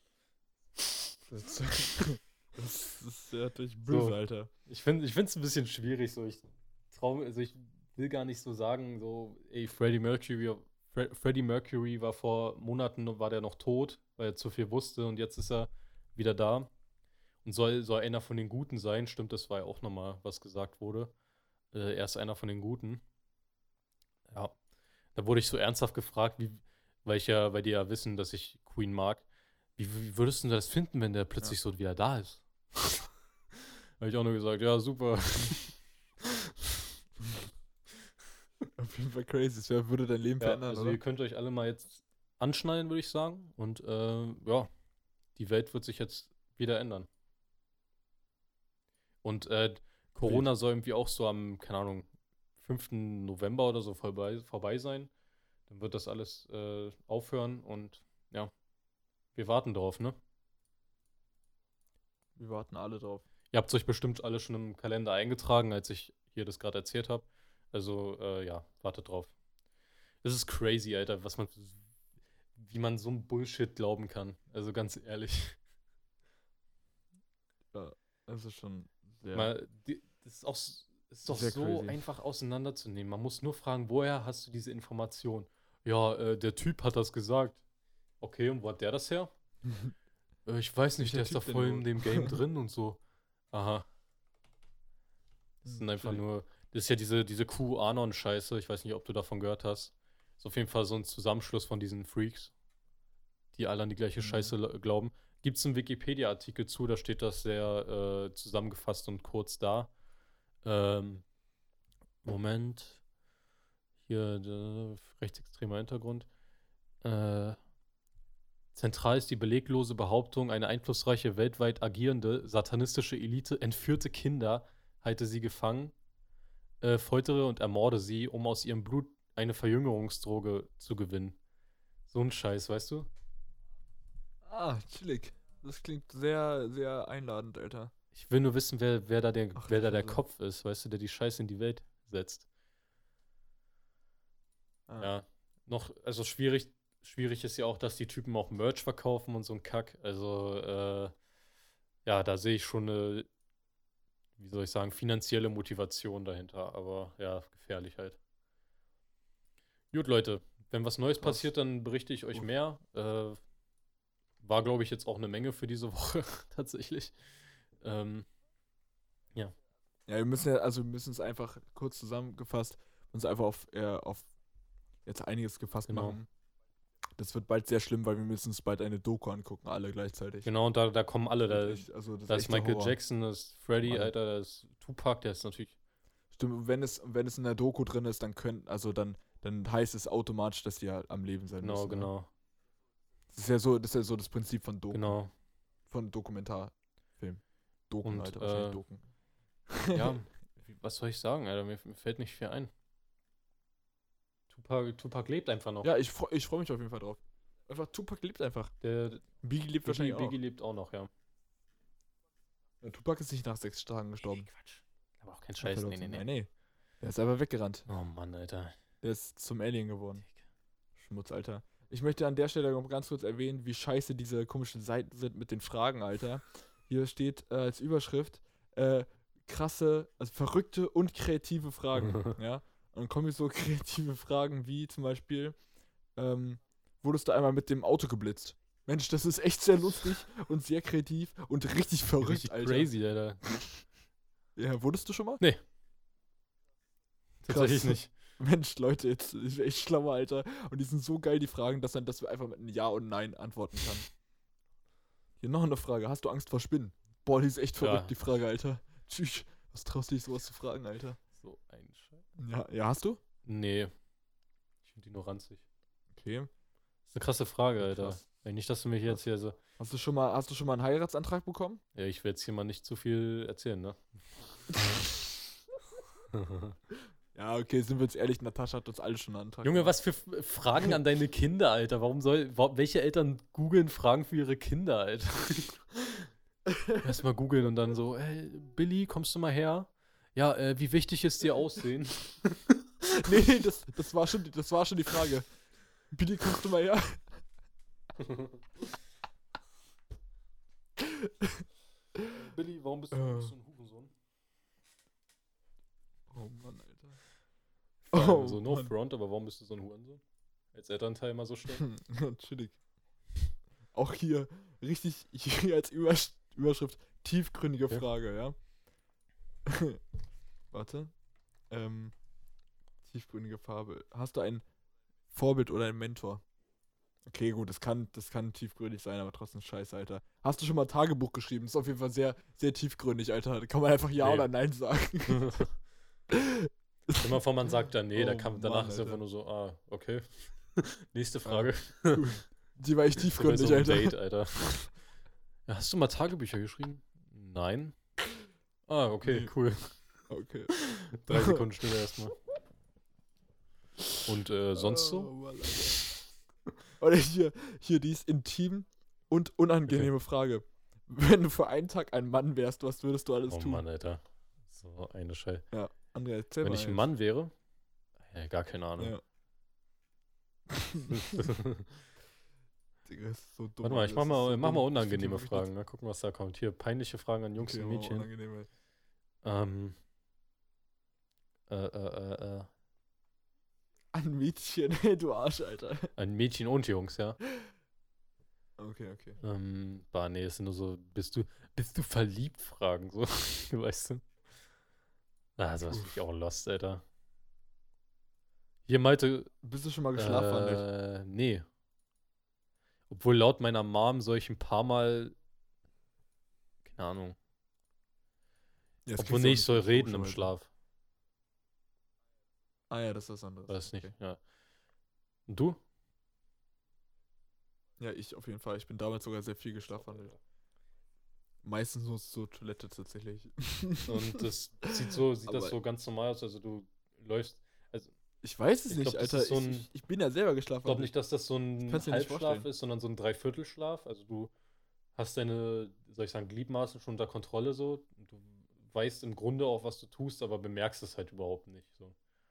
Das, das ist ja natürlich böse, So. Alter. Ich finde ich es ein bisschen schwierig, so ich traue, also ich will gar nicht so sagen, so, ey, Freddie Mercury, Fre Freddie Mercury war vor Monaten, noch- war der noch tot, weil er zu viel wusste und jetzt ist er wieder da und soll, soll einer von den Guten sein. Stimmt, das war ja auch nochmal, was gesagt wurde. Äh, er ist einer von den Guten. Ja. Da wurde ich so ernsthaft gefragt, wie, weil ich ja, weil die ja wissen, dass ich Queen mag. Wie, wie würdest du das finden, wenn der plötzlich so wieder da ist? Habe ich auch nur gesagt, ja, super. Auf jeden Fall crazy. Es wär- würde dein Leben Ja, verändern, also oder? ihr könnt euch alle mal jetzt anschnallen, würde ich sagen. Und äh, ja, die Welt wird sich jetzt wieder ändern. Und äh, Corona soll irgendwie auch so am, keine Ahnung, fünften November oder so vorbei, vorbei sein. Dann wird das alles äh, aufhören und ja, wir warten drauf, ne? Wir warten alle drauf. Ihr habt es euch bestimmt alle schon im Kalender eingetragen, als ich hier das gerade erzählt habe. Also, äh, ja, wartet drauf. Das ist crazy, Alter, was man, wie man so ein Bullshit glauben kann. Also ganz ehrlich. Ja, das ist schon sehr. Mal, die, das ist auch, s- ist doch Sehr so crazy. einfach auseinanderzunehmen. Man muss nur fragen, woher hast du diese Information? Ja, äh, der Typ hat das gesagt. Okay, und wo hat der das her? Äh, ich weiß nicht, Welcher der ist da Typ denn voll in überhaupt? dem Game drin und so. Aha. Das Hm, sind einfach chillig. nur. Das ist ja diese, diese QAnon-Scheiße. Ich weiß nicht, ob du davon gehört hast. Ist auf jeden Fall so ein Zusammenschluss von diesen Freaks, die alle an die gleiche Mhm. Scheiße la- glauben. Gibt es einen Wikipedia-Artikel zu, da steht das sehr äh, zusammengefasst und kurz da. Ähm, Moment. Hier, äh, rechtsextremer Hintergrund. Äh, Zentral ist die beleglose Behauptung, eine einflussreiche, weltweit agierende, satanistische Elite entführte Kinder, halte sie gefangen, äh, foltere und ermorde sie, um aus ihrem Blut eine Verjüngerungsdroge zu gewinnen. So ein Scheiß, weißt du? Ah, chillig. Das klingt sehr, sehr einladend, Alter. Ich will nur wissen, wer, wer, da der, Ach wer du da der Scheiße. Kopf ist, weißt du, der die Scheiße in die Welt setzt. Ah. Ja, noch, also schwierig, schwierig ist ja auch, dass die Typen auch Merch verkaufen und so ein Kack. Also, äh, ja, da sehe ich schon eine, wie soll ich sagen, finanzielle Motivation dahinter. Aber ja, gefährlich halt. Gut, Leute, wenn was Neues Krass. passiert, dann berichte ich euch Uff. mehr. Äh, war, glaube ich, jetzt auch eine Menge für diese Woche, tatsächlich. Ähm, ja, Ja, wir müssen ja, also wir müssen es einfach kurz zusammengefasst, uns einfach auf, äh, auf jetzt einiges gefasst genau. machen. Das wird bald sehr schlimm, weil wir müssen uns bald eine Doku angucken, alle gleichzeitig. Genau, und da, da kommen alle. Das wird Da, echt, also das da ist ist echter Michael Horror. Jackson, da ist Kommen Freddy, alle. Alter, da ist Tupac, der ist natürlich. Stimmt, und wenn es, wenn es in der Doku drin ist, dann können, also dann, dann heißt es automatisch, dass die halt am Leben sein Genau, müssen. Ne? genau, Das ist ja so, das ist ja so das Prinzip von Doku, genau. von Dokumentarfilm. Doken, Und Alter, wahrscheinlich äh, Doken. ja, wie, was soll ich sagen, Alter? Mir, mir fällt nicht viel ein. Tupac, Tupac lebt einfach noch. Ja, ich, freu- ich freue mich auf jeden Fall drauf. Einfach, Tupac lebt einfach. Der Biggie lebt Biggie, wahrscheinlich auch Biggie noch. lebt auch noch, ja. Ja, Tupac ist nicht nach sechs Tagen Nee, gestorben. Quatsch. Aber auch kein Ach, Scheiß, verlor nee, nee, zu- nee. Nein, nee. Der ist einfach weggerannt. Oh Mann, Alter. Der ist zum Alien geworden. Schmutz, Alter. Ich möchte an der Stelle noch ganz kurz erwähnen, wie scheiße diese komischen Seiten sind mit den Fragen, Alter. Hier steht äh, als Überschrift, äh, krasse, also verrückte und kreative Fragen, ja. Und dann kommen hier so kreative Fragen wie zum Beispiel, ähm, wurdest du einmal mit dem Auto geblitzt? Mensch, das ist echt sehr lustig und sehr kreativ und richtig verrückt, Richtig Alter. crazy, Alter. Ja, wurdest du schon mal? Nee. Tatsächlich Krass. nicht. Mensch, Leute, jetzt ist echt schlauer, Alter. Und die sind so geil, die Fragen, dass, dann, dass wir einfach mit einem Ja und Nein antworten kann. Hier noch eine Frage. Hast du Angst vor Spinnen? Boah, die ist echt verrückt, Ja. die Frage, Alter. Tschüss. Was traust du dich, sowas zu fragen, Alter? So ein Scheiß. Ja, ja, hast du? Nee. Ich finde die nur ranzig. Okay. Das ist eine krasse Frage, Alter. Krass. Wenn nicht, dass du mich jetzt hier so. Hast du schon mal, hast du schon mal einen Heiratsantrag bekommen? Ja, ich werde jetzt hier mal nicht zu viel erzählen, ne? Ja, okay, sind wir jetzt ehrlich, Natascha hat uns alle schon einen Antrag Junge, gemacht. was für F- Fragen an deine Kinder, Alter? Warum soll. wa- Welche Eltern googeln Fragen für ihre Kinder, Alter? Erstmal googeln und dann so, ey, Billy, kommst du mal her? Ja, äh, wie wichtig ist dir Aussehen? Nee, nee, das, das, war schon, die- das war schon die Frage. Billy, kommst du mal her? Billy, warum bist du, Äh. bist du ein Hurensohn? Oh Mann, Alter. Oh, so no Mann. front, aber warum bist du so ein Hurensohn? Als Elternteil mal so stehen? Chillig. Auch hier richtig hier als Übersch Überschrift tiefgründige Okay. Frage, ja. Warte. Ähm, tiefgründige Farbe. Hast du ein Vorbild oder einen Mentor? Okay, gut, das kann, das kann tiefgründig sein, aber trotzdem scheiße, Alter. Hast du schon mal Tagebuch geschrieben? Das ist auf jeden Fall sehr, sehr tiefgründig, Alter. Da kann man einfach Ja Nee. oder Nein sagen. Immer vor, man sagt dann, nee, da Oh kam, danach Mann, ist einfach Alter. nur so, ah, okay. Nächste Frage. Die war echt Bei tiefgründig, so einem Alter. Date, Alter. Ja, hast du mal Tagebücher geschrieben? Nein. Ah, okay, Nee. cool. Okay. Drei Sekunden Stille erstmal. Und äh, sonst Oh, so? Mann, Alter. Oder hier, hier, die ist intim und unangenehme Frage. Wenn du für einen Tag ein Mann wärst, was würdest du alles Oh tun? Mann, Alter. So eine Scheiße. Ja, André, erzähl Wenn mal ich ein jetzt. Mann wäre? Ja, gar keine Ahnung. Ja. Digga, ist so dumm. Warte mal, ich alles, mach ist mal, so mach dumm. mal Ich find die unangenehme wirklich Fragen. Mal gucken, was da kommt. Hier, peinliche Fragen an Jungs Okay, und mach mal Mädchen. unangenehme. Ähm. Äh, äh, äh, äh. Ein Mädchen, ey, du Arsch, Alter. Ein Mädchen und Jungs, ja. Okay, okay. Ähm, bah, nee, es sind nur so, bist du, bist du verliebt? Fragen, so, weißt du? Ah, sowas finde ich auch lost, Alter. Hier meinte, Bist du schon mal geschlafwandelt? äh, nee. Obwohl laut meiner Mom soll ich ein paar Mal, keine Ahnung. Ja, das Obwohl kriegst du auch nee, ich nicht soll mit, reden im logischerweise. Schlaf. Ah ja, das ist was anderes. Weiß nicht, Okay. ja. Und du? Ja, ich auf jeden Fall. Ich bin damals sogar sehr viel geschlafwandelt. Meistens nur zur Toilette tatsächlich. Und das sieht so, sieht das Aber- so ganz normal aus, also du läufst, also Ich weiß es Ich nicht, glaub, das Alter. ist so Ich, ein- ich, ich bin ja selber ich glaube geschlafwandelt. nicht, dass das so ein kannst du dir nicht Halbschlaf vorstellen. ist, sondern so ein Dreiviertelschlaf. Also du hast deine, soll ich sagen, Gliedmaßen schon unter Kontrolle so. Du weißt im Grunde auch, was du tust, aber bemerkst es halt überhaupt nicht. So.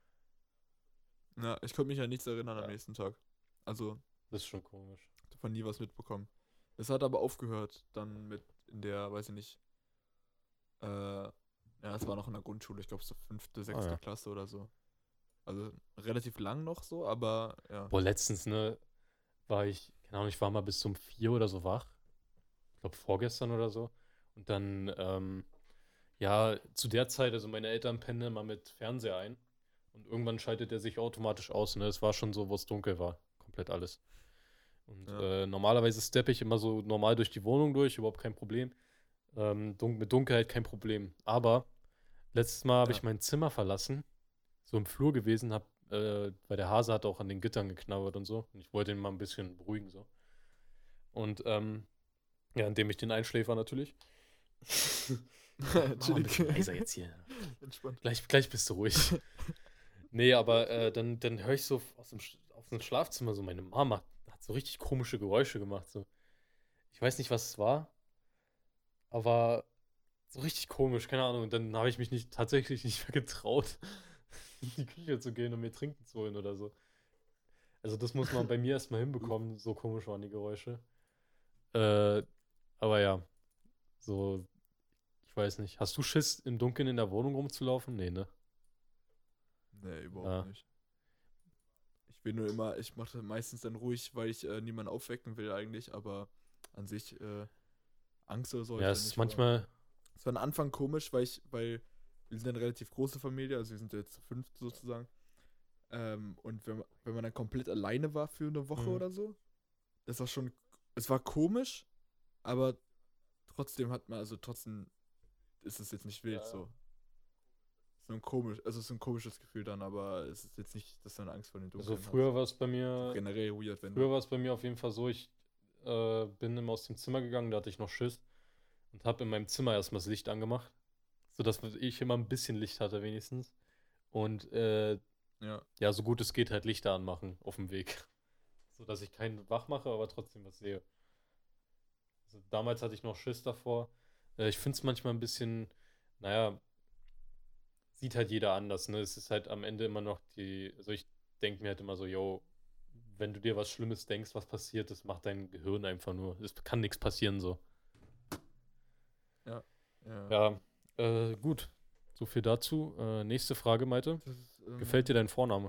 Ja, ich konnte mich an nichts erinnern Ja. am nächsten Tag. Also, Das ist schon komisch. davon nie was mitbekommen. Es hat aber aufgehört, dann mit in der, weiß ich nicht, äh, ja, es war noch in der Grundschule, ich glaube so fünfte, sechste ja. Klasse oder so. Also relativ lang noch so, aber ja. Boah, letztens, ne, war ich, keine Ahnung, ich war mal bis zum vier oder so wach. Ich glaube vorgestern oder so. Und dann, ähm, ja, zu der Zeit, also meine Eltern pennen immer mit Fernseher ein. Und irgendwann schaltet er sich automatisch aus, ne? Es war schon so, wo es dunkel war. Komplett alles. Und Ja. äh, normalerweise steppe ich immer so normal durch die Wohnung durch, überhaupt kein Problem. Ähm, dun mit Dunkelheit kein Problem. Aber letztes Mal habe Ja. ich mein Zimmer verlassen, so im Flur gewesen, hab, äh, weil der Hase hat auch an den Gittern geknabbert und so. Und ich wollte ihn mal ein bisschen beruhigen, so. Und, ähm, ja, indem ich den Einschläfer natürlich. Mach mal ein Chillig. bisschen leiser jetzt hier. Entspannt. Gleich, gleich bist du ruhig. Nee, aber äh, dann, dann höre ich so aus dem, Sch- aus dem Schlafzimmer so, meine Mama hat so richtig komische Geräusche gemacht. So. Ich weiß nicht, was es war, aber so richtig komisch, keine Ahnung. Und dann habe ich mich nicht, tatsächlich nicht mehr getraut, in die Küche zu gehen und mir trinken zu holen oder so. Also das muss man bei mir erstmal hinbekommen, so komisch waren die Geräusche. Äh, aber ja, so, ich weiß nicht. Hast du Schiss, im Dunkeln in der Wohnung rumzulaufen? Nee, ne? Nee, überhaupt Ja. nicht. Ich will nur immer, ich mache meistens dann ruhig, weil ich äh, niemanden aufwecken will eigentlich, aber an sich äh, Angst oder so. hab Ja, ich es da ist nicht vor. manchmal, Es war am Anfang komisch, weil ich, weil wir sind eine relativ große Familie, also wir sind jetzt zu fünf sozusagen. Ähm, und wenn, man- wenn man dann komplett alleine war für eine Woche Mhm. oder so, das war schon, es war komisch, aber trotzdem hat man, also trotzdem ist es jetzt nicht wild Ja, ja. so. So ein komisch, also es ist ein komisches Gefühl dann, aber es ist jetzt nicht, dass man Angst vor den also Dunkeln früher war es bei hat. mir, Generell weird, wenn früher war es bei mir auf jeden Fall so, ich äh, bin immer aus dem Zimmer gegangen, da hatte ich noch Schiss und habe in meinem Zimmer erstmal das Licht angemacht, sodass ich immer ein bisschen Licht hatte wenigstens. Und äh, ja. ja, so gut es geht, halt Lichter anmachen auf dem Weg. Sodass ich keinen wach mache, aber trotzdem was sehe. Also damals hatte ich noch Schiss davor. Äh, ich finde es manchmal ein bisschen, naja, sieht halt jeder anders, ne? Es ist halt am Ende immer noch die, also ich denke mir halt immer so, yo, wenn du dir was Schlimmes denkst, was passiert, das macht dein Gehirn einfach nur. Es kann nichts passieren so. Ja. Ja, äh, gut. So viel dazu. Äh, nächste Frage, Malte. Das ist, ähm, Gefällt dir dein Vorname?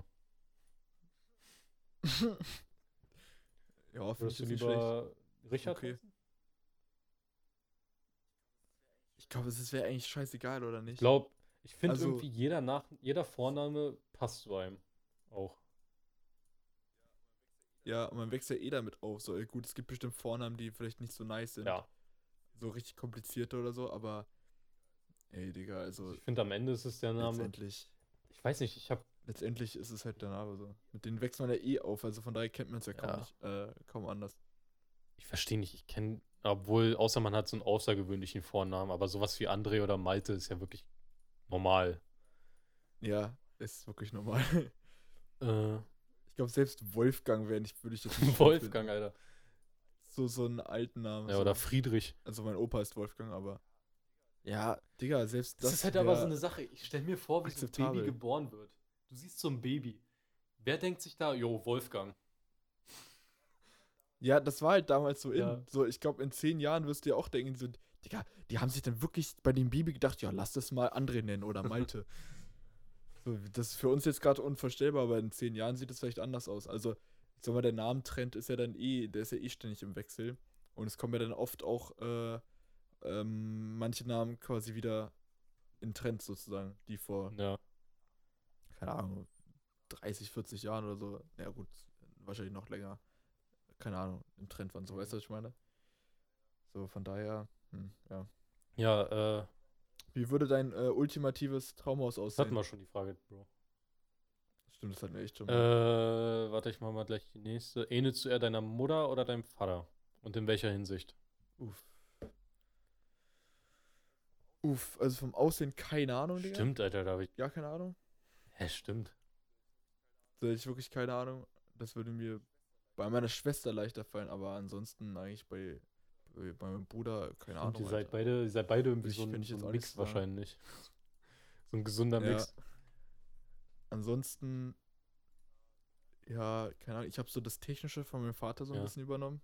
ja, finde ich Würdest du jetzt nicht schlecht. lieber Richard Okay. heißen? Ich glaube, es wäre eigentlich scheißegal, oder Ich nicht? glaube, ich finde Also- irgendwie jeder Nach jeder Vorname passt zu einem. Auch. Ja, und man wächst ja eh damit auf. So, ey, gut, es gibt bestimmt Vornamen, die vielleicht nicht so nice sind. Ja. So richtig komplizierte oder so, aber ey, Digga, also Ich finde, am Ende ist es der Name. letztendlich, Ich weiß nicht, ich habe letztendlich ist es halt der Name so. Mit denen wächst man ja eh auf, also von daher kennt man es ja kaum Ja. nicht, äh, kaum anders. ich verstehe nicht, ich kenne, obwohl, außer man hat so einen außergewöhnlichen Vornamen, aber sowas wie André oder Malte ist ja wirklich normal. Ja, ist wirklich normal. Äh, Ich glaube, selbst Wolfgang wäre nicht, würde ich jetzt nicht Wolfgang, Alter. finden. So, so einen alten Namen. Ja, so. oder Friedrich. Also mein Opa ist Wolfgang, aber. Ja, Digga, selbst Das, das. ist halt aber so wär- eine Sache. Ich stelle mir vor, wie so ein akzeptabel. Baby geboren wird. Du siehst so ein Baby. Wer denkt sich da, jo, Wolfgang? Ja, das war halt damals so in. Ja. So, ich glaube, in zehn Jahren wirst du ja auch denken, so, Digga, die haben sich dann wirklich bei dem Baby gedacht, ja, lass das mal André nennen oder Malte. So, das ist für uns jetzt gerade unvorstellbar, aber in zehn Jahren sieht es vielleicht anders aus. Also, ich sag mal, der Namentrend ist ja dann eh, der ist ja eh ständig im Wechsel. Und es kommen ja dann oft auch äh, ähm, manche Namen quasi wieder in Trend sozusagen, die vor, Ja. keine Ahnung, dreißig, vierzig Jahren oder so, ja gut, wahrscheinlich noch länger, keine Ahnung, im Trend waren. So, weißt du, was ich meine? So, von daher, hm, ja. Ja, äh, Wie würde dein äh, ultimatives Traumhaus das hatten aussehen? wir schon die Frage, Bro. Stimmt, das hatten wir echt schon Äh, mal. warte, ich mach mal gleich die nächste. Ähnelst du eher deiner Mutter oder deinem Vater? Und in welcher Hinsicht? Uff. Uff, also vom Aussehen keine Ahnung, Digga. Stimmt, Alter, David. Gar keine Ahnung. Hä, stimmt. Da hätte ich wirklich keine Ahnung. Das würde mir bei meiner Schwester leichter fallen, aber ansonsten eigentlich bei, bei, bei meinem Bruder keine Stimmt, ihr Ahnung, seid Alter. beide, ihr seid beide irgendwie Würde so ich, ein, könnte ich so jetzt ein auch nicht Mix sagen. wahrscheinlich. So ein gesunder Ja, Mix. ansonsten, ja, keine Ahnung, ich habe so das Technische von meinem Vater so ein Ja. bisschen übernommen.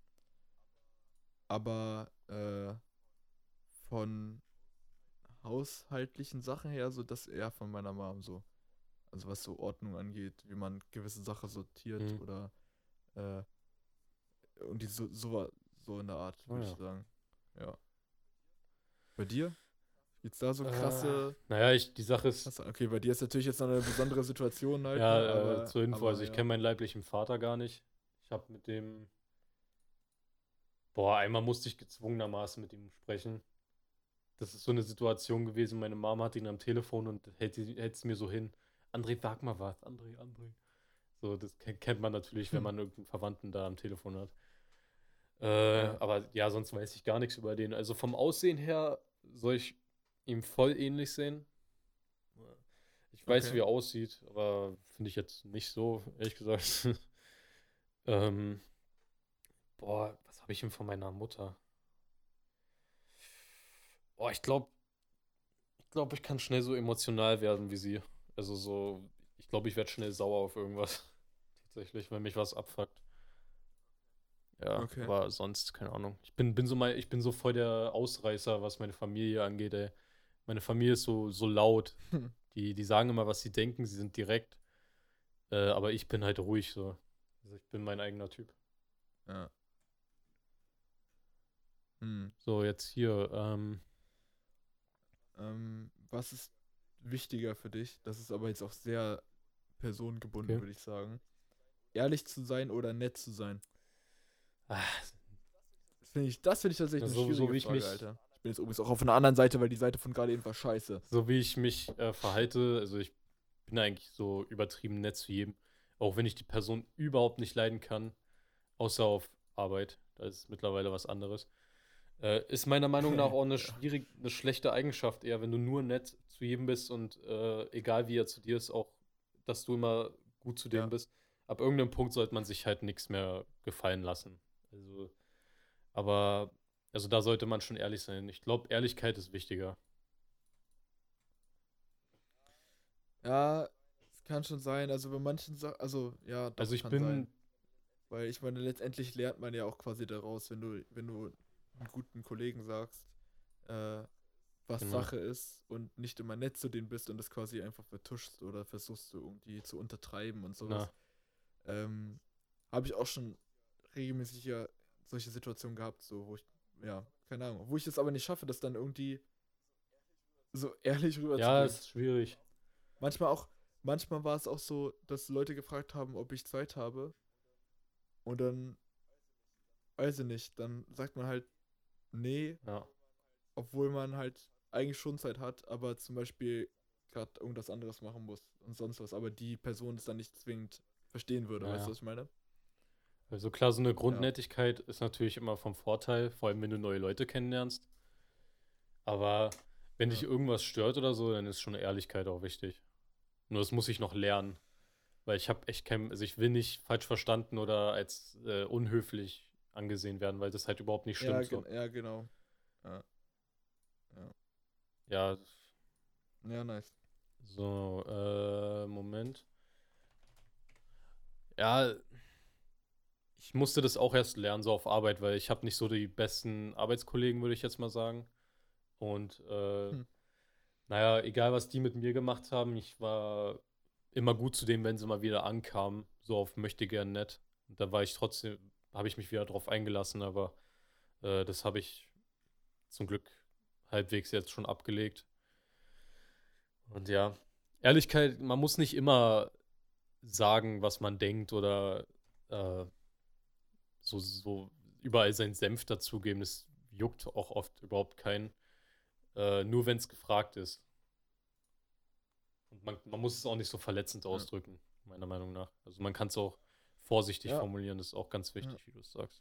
Aber äh, von haushaltlichen Sachen her, so das eher von meiner Mom so. Also was so Ordnung angeht, wie man gewisse Sachen sortiert Mhm. oder äh, und die so, so, so in der Art, Oh würde ja. ich sagen. Ja. Bei dir? Gibt's da so Äh, krasse, naja, ich, die Sache ist, krasse. Okay, bei dir ist natürlich jetzt noch eine besondere Situation halt, ja, ne? äh, Aber, zur Info, aber also ich ja. kenne meinen leiblichen Vater gar nicht. Ich habe mit dem, boah, einmal musste ich gezwungenermaßen mit ihm sprechen. Das ist so eine Situation gewesen, meine Mama hat ihn am Telefon und hält es mir so hin. André, sag mal was, André, André. So, das ke- kennt man natürlich, wenn Hm. man irgendeinen Verwandten da am Telefon hat. Äh, Ja. aber ja, sonst weiß ich gar nichts über den. Also vom Aussehen her soll ich ihm voll ähnlich sehen. Ich weiß, Okay. wie er aussieht, aber finde ich jetzt nicht so, ehrlich gesagt. ähm, boah, was habe ich denn von meiner Mutter? Boah, ich glaube, ich glaube, ich kann schnell so emotional werden wie sie. Also so, ich glaube, ich werde schnell sauer auf irgendwas. Tatsächlich, wenn mich was abfuckt. Ja, Okay. aber sonst, keine Ahnung. Ich bin, bin so mal, ich bin so voll der Ausreißer, was meine Familie angeht, ey. Meine Familie ist so, so laut. Hm. Die, die sagen immer, was sie denken, sie sind direkt. Äh, aber ich bin halt ruhig so. Also ich bin mein eigener Typ. Ja. Hm. So, jetzt hier, ähm, Ähm, was ist wichtiger für dich? Das ist aber jetzt auch sehr personengebunden, okay. würde ich sagen. Ehrlich zu sein oder nett zu sein? Ah, Das finde ich, das finde ich tatsächlich ja, eine so, so schwierige wie ich Frage, mich, Alter. Ich bin jetzt übrigens auch auf einer anderen Seite, weil die Seite von gerade eben war scheiße. so wie ich mich äh, verhalte, also ich bin eigentlich so übertrieben nett zu jedem. Auch wenn ich die Person überhaupt nicht leiden kann, außer auf Arbeit. Das ist mittlerweile was anderes. Äh, ist meiner Meinung nach auch eine Ja. schwierig, eine schlechte Eigenschaft eher, wenn du nur nett zu jedem bist und äh, egal wie er zu dir ist, auch, dass du immer gut zu dem Ja. bist. Ab irgendeinem Punkt sollte man sich halt nichts mehr gefallen lassen. Also, aber, also da sollte man schon ehrlich sein. Ich glaube, Ehrlichkeit ist wichtiger. Ja, es kann schon sein. Also bei manchen Sachen, also ja, Also doch, ich kann sein. bin, Weil ich meine, letztendlich lernt man ja auch quasi daraus, wenn du, wenn du einen guten Kollegen sagst, äh, was genau, Sache ist und nicht immer nett zu denen bist und das quasi einfach vertuschst oder versuchst du irgendwie zu untertreiben und na, sowas. Ähm, habe ich auch schon regelmäßig ja solche Situationen gehabt, so wo ich, ja, keine Ahnung, wo ich es aber nicht schaffe, das dann irgendwie so ehrlich ja, rüberzubringen. ist schwierig. Manchmal auch, manchmal war es auch so, dass Leute gefragt haben, ob ich Zeit habe und dann, weiß ich nicht, dann sagt man halt nee, Ja, obwohl man halt eigentlich schon Zeit hat, aber zum Beispiel gerade irgendwas anderes machen muss und sonst was, aber die Person es dann nicht zwingend verstehen würde, weißt du, naja. was ich meine? Also klar, so eine Ja. Grundnettigkeit ist natürlich immer vom Vorteil, vor allem wenn du neue Leute kennenlernst. Aber wenn dich Ja. irgendwas stört oder so, dann ist schon Ehrlichkeit auch wichtig. Nur das muss ich noch lernen. Weil ich habe echt kein, also ich will nicht falsch verstanden oder als äh, unhöflich angesehen werden, weil das halt überhaupt nicht Ja, stimmt gen so. ja, genau. Ja, ja. Ja, Ja, nice. so, äh, Moment. Ja, ich musste das auch erst lernen, so auf Arbeit, weil ich habe nicht so die besten Arbeitskollegen, würde ich jetzt mal sagen. Und äh, Hm. naja, egal was die mit mir gemacht haben, ich war immer gut zu denen, wenn sie mal wieder ankamen, so auf möchte gern nett. Und da war ich trotzdem, habe ich mich wieder drauf eingelassen, aber äh, das habe ich zum Glück halbwegs jetzt schon abgelegt. Und ja, Ehrlichkeit, man muss nicht immer sagen, was man denkt oder äh, so, so überall seinen Senf dazugeben. Das juckt auch oft überhaupt keinen. Äh, nur wenn es gefragt ist. Und man, man muss es auch nicht so verletzend Ja. ausdrücken, meiner Meinung nach. Also man kann es auch vorsichtig Ja. formulieren, das ist auch ganz Ja. wichtig, wie du es sagst.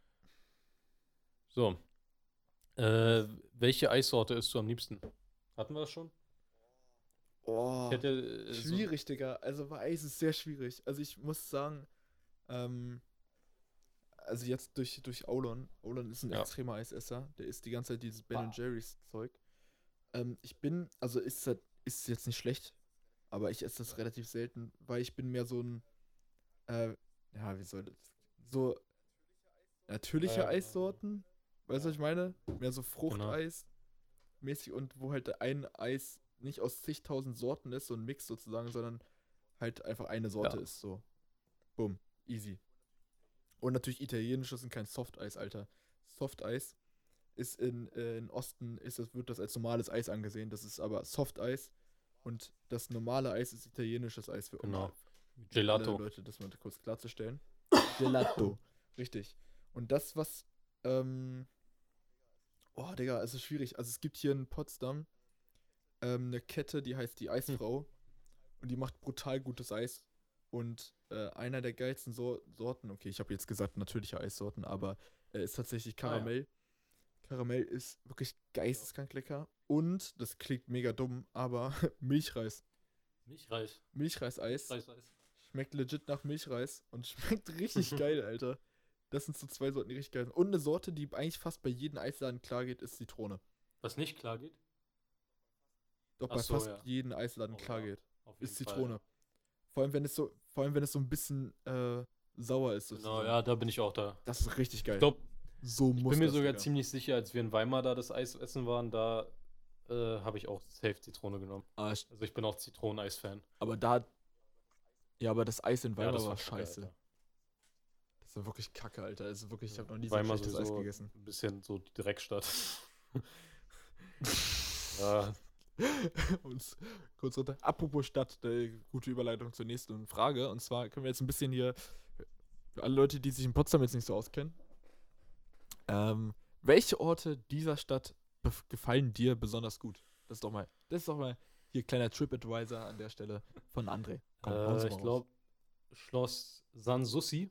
So. Äh, welche Eissorte isst du am liebsten? Hatten wir das schon? Ich Oh, hätte äh, so. schwierig, Digga. Also bei Eis ist sehr schwierig. Also ich muss sagen, ähm, also jetzt durch, durch Aulon. Aulon ist ein Ja. extremer Eisesser. Der isst die ganze Zeit dieses Ben Jerry's Zeug. Ähm, ich bin, also ist, das- ist jetzt nicht schlecht, aber ich esse das relativ selten, weil ich bin mehr so ein, äh, ja, wie soll das? So natürliche Ja, ja, genau. Eissorten. Weißt du, was ich meine? Mehr so Genau. Fruchteis mäßig und wo halt ein Eis nicht aus zigtausend Sorten ist, so ein Mix sozusagen, sondern halt einfach eine Sorte Ja. ist, so. Bumm, easy. Und natürlich italienisches und kein Softeis, Alter. Softeis ist in, äh, in Osten, ist das, wird das als normales Eis angesehen. Das ist aber Softeis. Und das normale Eis ist italienisches Eis für um Genau. alle Gelato. Leute, das mal kurz klarzustellen. Gelato. Richtig. Und das, was, ähm, oh, Digga, es ist schwierig. Also es gibt hier in Potsdam ähm, eine Kette, die heißt die Eisfrau. Und die macht brutal gutes Eis. Und äh, einer der geilsten Sor Sorten, okay, ich habe jetzt gesagt natürliche Eissorten, aber äh, ist tatsächlich Ah, ja. Karamell. Karamell ist wirklich geisteskrank lecker. Und, das klingt mega dumm, aber Milchreis. Milchreis. Milchreiseis Reiseis. schmeckt legit nach Milchreis und schmeckt richtig geil, Alter. Das sind so zwei Sorten, die richtig geil sind. Und eine Sorte, die eigentlich fast bei jedem Eisladen klar geht, ist Zitrone. Was nicht klar geht? Doch Ach bei so, fast ja. jedem Eisladen Oh, klar ja. geht, Auf jeden ist Fall, Zitrone. ja. Vor allem, wenn es so, vor allem, wenn es so ein bisschen äh, sauer ist, Genau, sozusagen. ja, da bin ich auch da. Das ist richtig geil. Ich glaube, So ich muss bin mir das, sogar Digga. ziemlich sicher, als wir in Weimar da das Eis essen waren, da äh, habe ich auch safe Zitrone genommen. Ah, ich- Also ich bin auch Zitroneneis-Fan. aber da. Ja, aber das Eis in Ja, Weimar das war war kacke, scheiße. Alter. Das war wirklich kacke, Alter. Also wirklich, ich habe noch nie so Weimar schlechtes Eis sowieso gegessen. ein bisschen so die Dreckstadt. Ja, Uns kurz runter. Apropos Stadt, äh, gute Überleitung zur nächsten Frage. Und zwar können wir jetzt ein bisschen hier, für alle Leute, die sich in Potsdam jetzt nicht so auskennen, ähm, welche Orte dieser Stadt bef- gefallen dir besonders gut? Das ist doch mal, das ist doch mal hier kleiner TripAdvisor an der Stelle von André. Komm, hauen Sie äh, mal ich raus. glaube, Schloss Sanssouci.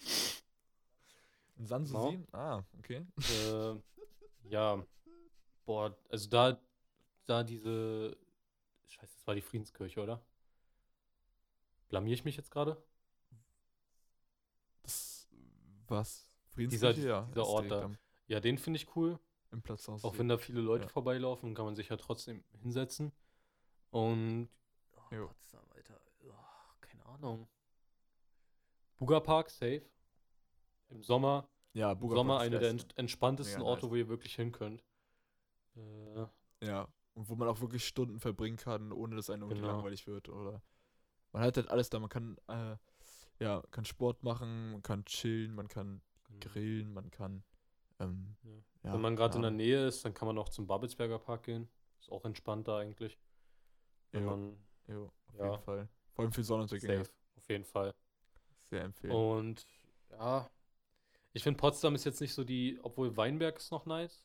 Sanssouci? Ah, okay. Äh, ja, boah, also da, da diese, scheiße, das war die Friedenskirche, oder? Blamier ich mich jetzt gerade? Das, was? Dieser, Friedenskirche? Ja, dieser ist Ort direkt da. am, Ja, den finde ich cool. im Platzhaus. Auch wenn da viele Leute Ja. vorbeilaufen, kann man sich ja trotzdem hinsetzen. Und. Oh, Jo. Potsdam, Alter. Oh, keine Ahnung. Bugapark, safe. Im Sommer. Ja, Im Bugapark Sommer ist eine der geil. ent entspanntesten Mega Orte, nice. wo ihr wirklich hin könnt. Äh, Ja, und wo man auch wirklich Stunden verbringen kann, ohne dass einem irgendwie Genau. langweilig wird. Oder man hat halt alles da. Man kann, äh, ja, kann Sport machen, man kann chillen, man kann grillen, man kann, ähm, Ja. ja, Wenn man gerade in keine der Nähe ist, dann kann man auch zum Babelsberger Park gehen. Ist auch entspannter eigentlich. Wenn Jo. man. Jo, auf Ja. jeden Fall. Vor allem für Sonnenuntergänge. Safe, auf jeden Fall. Sehr empfehlen. Und ja, ich finde Potsdam ist jetzt nicht so die, obwohl Weinberg ist noch nice.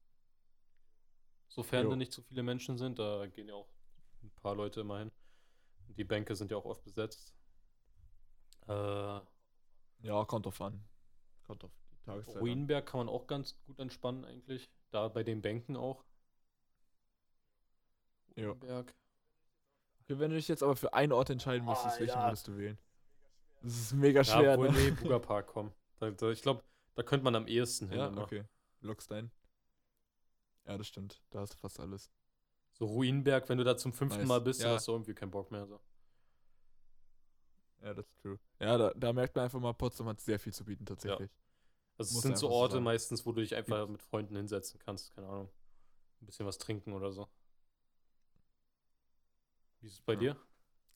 Sofern Jo. da nicht so viele Menschen sind, da gehen ja auch ein paar Leute immer hin. Die Bänke sind ja auch oft besetzt. Äh, Ja, kommt drauf an. Kommt auf die Tageszeit an. Ruinberg kann man auch ganz gut entspannen eigentlich. Da bei den Bänken auch. Jo. Ruinberg. Okay, wenn du dich jetzt aber für einen Ort entscheiden müsstest, welchen Alter. würdest du wählen? Das ist mega Ja, schwer, obwohl, ne? nee, Bugapark, komm. Da, da, ich glaube, da könnte man am ehesten hin Ja, immer. okay. Lockstein. Ja, das stimmt. Da hast du fast alles. So Ruinberg, wenn du da zum fünften Nice. Mal bist, dann Ja. hast du irgendwie keinen Bock mehr. So. Ja, das ist true. Ja, da, da merkt man einfach mal, Potsdam hat sehr viel zu bieten tatsächlich. Also es Muss sind so einfach so Orte sagen. meistens, wo du dich einfach mit Freunden hinsetzen kannst. Keine Ahnung. Ein bisschen was trinken oder so. Wie ist es bei Ja. dir?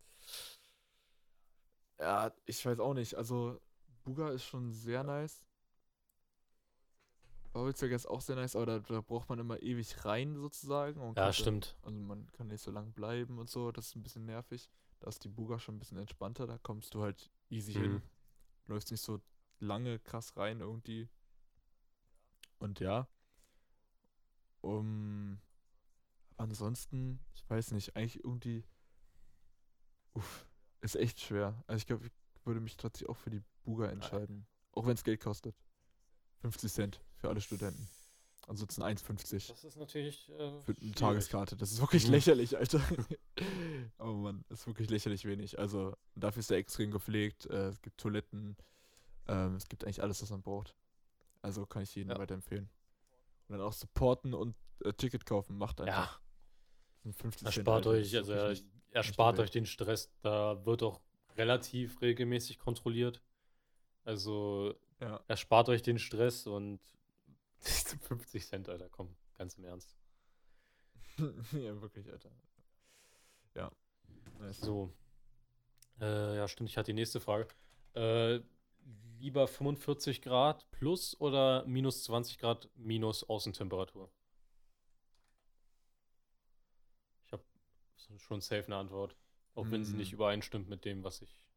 Ja, ich weiß auch nicht. Also, Buga ist schon sehr nice. Babelsberg ist auch sehr nice, aber da, da braucht man immer ewig rein sozusagen. Und Ja, kommt dann, stimmt. also man kann nicht so lang bleiben und so. Das ist ein bisschen nervig. Da ist die Buga schon ein bisschen entspannter. Da kommst du halt easy Mhm. hin. Läufst nicht so lange krass rein irgendwie. Und ja. Um, aber ansonsten, ich weiß nicht, eigentlich irgendwie, uff, ist echt schwer. Also ich glaube, ich würde mich trotzdem auch für die Buga entscheiden. Auch wenn es Geld kostet. fünfzig Cent für alle Studenten. Ansonsten eins fünfzig Das ist natürlich äh, für eine schwierig. Tageskarte. Das ist wirklich Mhm. lächerlich, Alter. Oh Mann, das ist wirklich lächerlich wenig. Also dafür ist er extrem gepflegt. Äh, es gibt Toiletten. Ähm, es gibt eigentlich alles, was man braucht. Also kann ich jedem Ja. weiterempfehlen. Und dann auch supporten und äh, Ticket kaufen. Macht einfach. Ja, Das sind fünfzig Cent, erspart Alter. Das euch, ist also wirklich er, nicht, erspart nicht die euch den Stress. Da wird auch relativ regelmäßig kontrolliert. Also Ja. erspart euch den Stress und fünfzig Cent, Alter, komm, ganz im Ernst. Ja, wirklich, Alter. Ja. Nice. So, äh, ja, stimmt, ich hatte die nächste Frage. Äh, lieber fünfundvierzig Grad plus oder minus zwanzig Grad minus Außentemperatur? Ich habe schon safe eine Antwort. Auch wenn sie nicht Mm. übereinstimmt mit dem, was ich.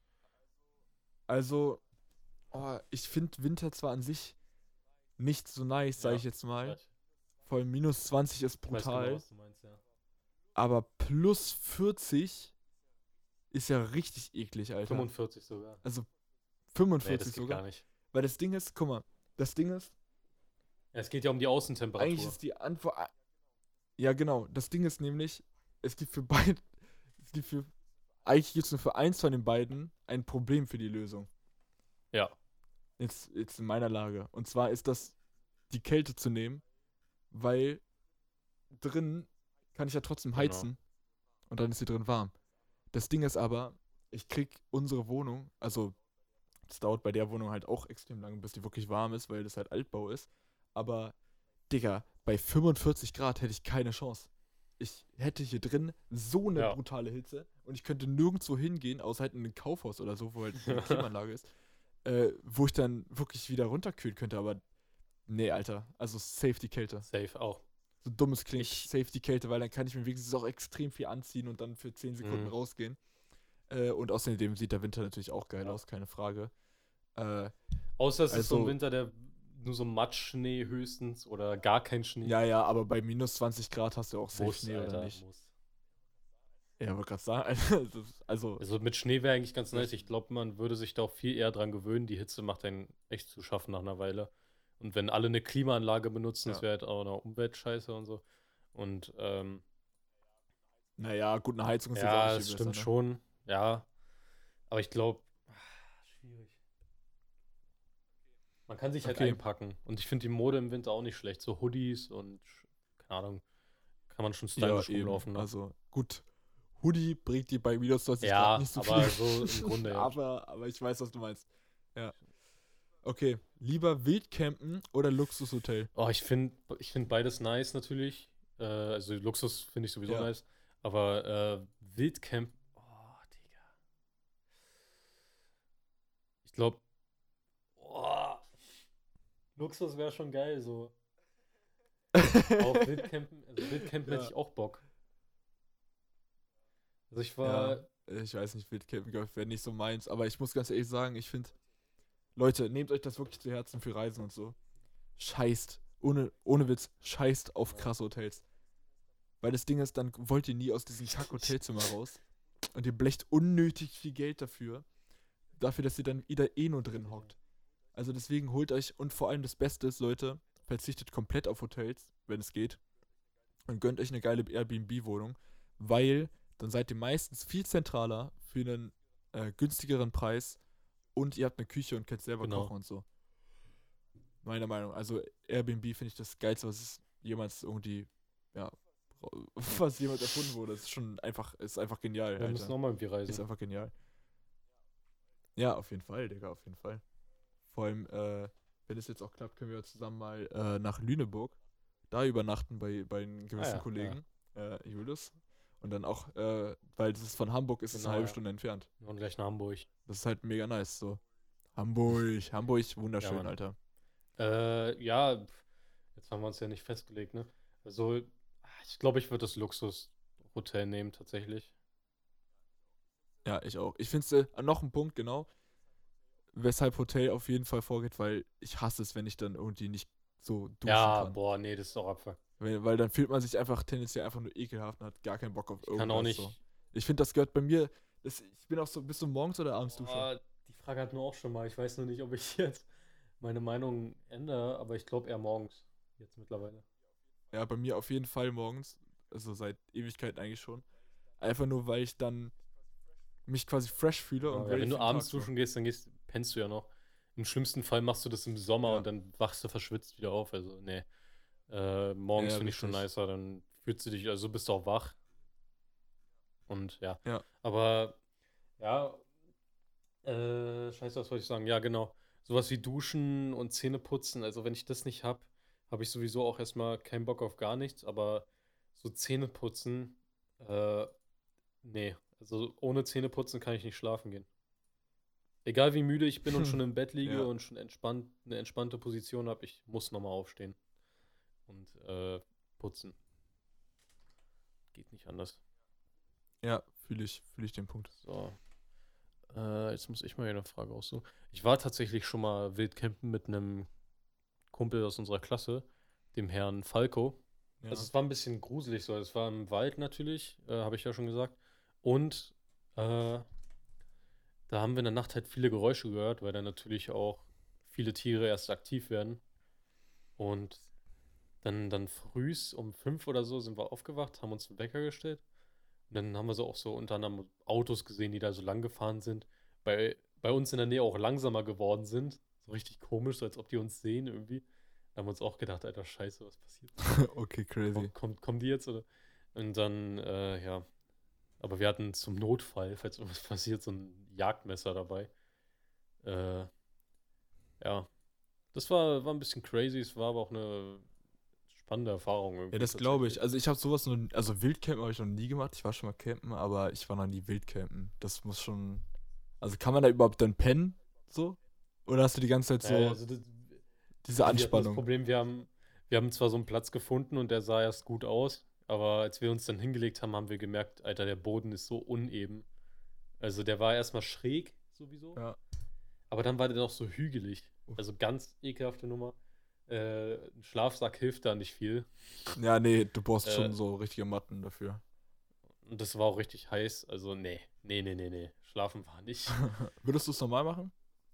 Also, oh, ich finde Winter zwar an sich nicht so nice, sage Ja, ich jetzt mal. weiß. Vor allem minus zwanzig ist Ich weiß genau, brutal. was du meinst, ja. Aber plus vierzig ist ja richtig eklig, Alter. fünfundvierzig sogar. Also Nee, fünfundvierzig das geht sogar. gar nicht. Weil das Ding ist, guck mal, das Ding ist, Ja, es geht ja um die Außentemperatur. eigentlich ist die Antwort. Ja, genau. Das Ding ist nämlich, es gibt für beide. Es gibt für. Eigentlich gibt es nur für eins von den beiden ein Problem für die Lösung. Ja, Jetzt, jetzt in meiner Lage. Und zwar ist das, die Kälte zu nehmen, weil drin kann ich ja trotzdem Genau. heizen und dann ist sie drin warm. Das Ding ist aber, ich krieg unsere Wohnung, also es dauert bei der Wohnung halt auch extrem lange, bis die wirklich warm ist, weil das halt Altbau ist. Aber, Digga, bei fünfundvierzig Grad hätte ich keine Chance. Ich hätte hier drin so eine Ja. brutale Hitze und ich könnte nirgendwo hingehen, außer halt in ein Kaufhaus oder so, wo halt eine Klimaanlage ist, äh, wo ich dann wirklich wieder runterkühlen könnte. Aber nee, Alter, also safe die Kälte. safe auch. So dumm es klingt, Ich- safe die Kälte, weil dann kann ich mir wenigstens auch extrem viel anziehen und dann für zehn Sekunden Mhm. rausgehen. Äh, und außerdem sieht der Winter natürlich auch geil Ja. aus, keine Frage. Äh, Außer es ist so ein Also- Winter, der nur so Matschschnee höchstens oder gar kein Schnee. ja, ja, aber bei minus zwanzig Grad hast du auch safe Muss, Schnee Alter, oder nicht? muss. Ja, wollte gerade sagen, also, das ist- also, Also mit Schnee wäre eigentlich ganz nice. Ich glaube, man würde sich da auch viel eher dran gewöhnen. Die Hitze macht einen echt zu schaffen nach einer Weile. Und wenn alle eine Klimaanlage benutzen, das Ja. wäre halt auch eine Umweltscheiße und so. Und ähm, naja, gut, eine Heizung ist jetzt ja, auch das nicht viel stimmt besser, ne? schon. Ja. Aber ich glaube, schwierig. Man kann sich halt Okay. einpacken. Und ich finde die Mode im Winter auch nicht schlecht. So Hoodies und, keine Ahnung, kann man schon Ja, stylisch eben. rumlaufen. Ne? Also, gut, Hoodie bringt dir bei minus zwanzig Ja, Grad nicht so aber viel. so im Grunde, ja. aber, aber ich weiß, was du meinst. Ja. Okay, lieber Wildcampen oder Luxushotel? Oh, ich finde ich find beides nice natürlich. Äh, also Luxus finde ich sowieso Ja. nice. Aber äh, Wildcamp, oh, Digga. Ich glaube, oh, Luxus wäre schon geil, so. Auf Wildcampen, also Wildcampen Ja. hätte ich auch Bock. Also ich war, Ja, ich weiß nicht, Wildcampen, glaube ich, wäre nicht so meins. Aber ich muss ganz ehrlich sagen, ich finde, Leute, nehmt euch das wirklich zu Herzen für Reisen und so. Scheißt, ohne, ohne Witz, scheißt auf Ja. krasse Hotels. Weil das Ding ist, dann wollt ihr nie aus diesem Kack-Hotelzimmer raus. Und ihr blecht unnötig viel Geld dafür. Dafür, dass ihr dann wieder eh nur drin hockt. Also deswegen holt euch, und vor allem das Beste ist, Leute, verzichtet komplett auf Hotels, wenn es geht. Und gönnt euch eine geile Airbnb-Wohnung. Weil dann seid ihr meistens viel zentraler für einen äh, günstigeren Preis. Und ihr habt eine Küche und könnt selber Genau. kochen und so. Meiner Meinung. Also Airbnb finde ich das Geilste, was es jemals irgendwie, ja, was jemals erfunden wurde. Das ist schon einfach, ist einfach genial. wir müssen Alter. auch mal irgendwie Ist reisen. einfach genial. Ja, auf jeden Fall, Digga, auf jeden Fall. Vor allem, äh, wenn es jetzt auch klappt, können wir zusammen mal äh, nach Lüneburg, da übernachten bei, bei einem gewissen Ah ja, Kollegen, äh, Julius. Und dann auch, äh, weil das ist von Hamburg, ist es Genau, eine halbe ja. Stunde entfernt. Und gleich nach Hamburg. Das ist halt mega nice, so. Hamburg, Hamburg, wunderschön, Mann. Alter. Äh, ja, pf, jetzt haben wir uns ja nicht festgelegt, ne? Also, ich glaube, ich würde das Luxushotel nehmen, tatsächlich. Ja, ich auch. Ich finde äh, noch ein Punkt, genau, weshalb Hotel auf jeden Fall vorgeht, weil ich hasse es, wenn ich dann irgendwie nicht so duschen Ja, kann. boah, nee, das ist doch Abfuck. Weil, weil dann fühlt man sich einfach tendenziell einfach nur ekelhaft und hat gar keinen Bock auf Ich kann irgendwas. auch nicht. So. Ich finde, das gehört bei mir. Das, ich bin auch so, bist du morgens oder abends duschen? Boah, die Frage hatten wir auch schon mal. Ich weiß nur nicht, ob ich jetzt meine Meinung ändere, aber ich glaube eher morgens. Jetzt mittlerweile. Ja, bei mir auf jeden Fall morgens. Also seit Ewigkeiten eigentlich schon. Einfach nur, weil ich dann mich quasi fresh fühle und Ja, ready wenn du für den abends Tag so. duschen gehst, dann gehst, pennst du ja noch. Im schlimmsten Fall machst du das im Sommer Ja. und dann wachst du verschwitzt wieder auf. Also, nee. Äh, morgens Ja, finde ich schon richtig. nicer, dann fühlst du dich, also bist du auch wach. Und ja. Ja. Aber, ja, äh, scheiße, was wollte ich sagen? Ja, genau. Sowas wie Duschen und Zähne putzen. Also, wenn ich das nicht habe, habe ich sowieso auch erstmal keinen Bock auf gar nichts. Aber so Zähne putzen, äh, nee. Also, ohne Zähne putzen kann ich nicht schlafen gehen. Egal wie müde ich bin und schon im Bett liege Ja. und schon entspannt, eine entspannte Position habe, ich muss nochmal aufstehen und äh, putzen. Geht nicht anders. Ja, fühle ich, fühle ich den Punkt. So. Äh, jetzt muss ich mal hier eine Frage aussuchen. Ich war tatsächlich schon mal wildcampen mit einem Kumpel aus unserer Klasse, dem Herrn Falco. Ja. Also es war ein bisschen gruselig so. Es war im Wald natürlich, äh, habe ich ja schon gesagt. Und äh, da haben wir in der Nacht halt viele Geräusche gehört, weil dann natürlich auch viele Tiere erst aktiv werden. Und dann, dann frühs um fünf oder so sind wir aufgewacht, haben uns einen Wecker gestellt. Und dann haben wir so auch so unter anderem Autos gesehen, die da so lang gefahren sind. Bei, bei uns in der Nähe auch langsamer geworden sind. So richtig komisch, so als ob die uns sehen irgendwie. Da haben wir uns auch gedacht, Alter, scheiße, was passiert? Okay, crazy. Kommt, kommt, kommen die jetzt, oder? Und dann, äh, ja. Aber wir hatten zum Notfall, falls irgendwas passiert, so ein Jagdmesser dabei. Äh, ja. Das war, war ein bisschen crazy, es war aber auch eine spannende Erfahrung irgendwie. Ja, das glaube ich. tatsächlich. Also ich habe sowas noch, also Wildcampen habe ich noch nie gemacht. Ich war schon mal campen, aber ich war noch nie Wildcampen. Das muss schon, also kann man da überhaupt dann pennen, so? Oder hast du die ganze Zeit so Naja, also das, diese wir hatten das Anspannung? Problem, wir haben, wir haben zwar so einen Platz gefunden und der sah erst gut aus, aber als wir uns dann hingelegt haben, haben wir gemerkt, Alter, der Boden ist so uneben. Also der war erstmal schräg sowieso, Ja. aber dann war der noch so hügelig. Uff. Also ganz ekelhafte Nummer. Äh, ein Schlafsack hilft da nicht viel. Ja, nee, du brauchst Äh, schon so richtige Matten dafür. Und das war auch richtig heiß. Also nee, nee, nee, nee, nee. Schlafen war nicht Würdest du es normal machen?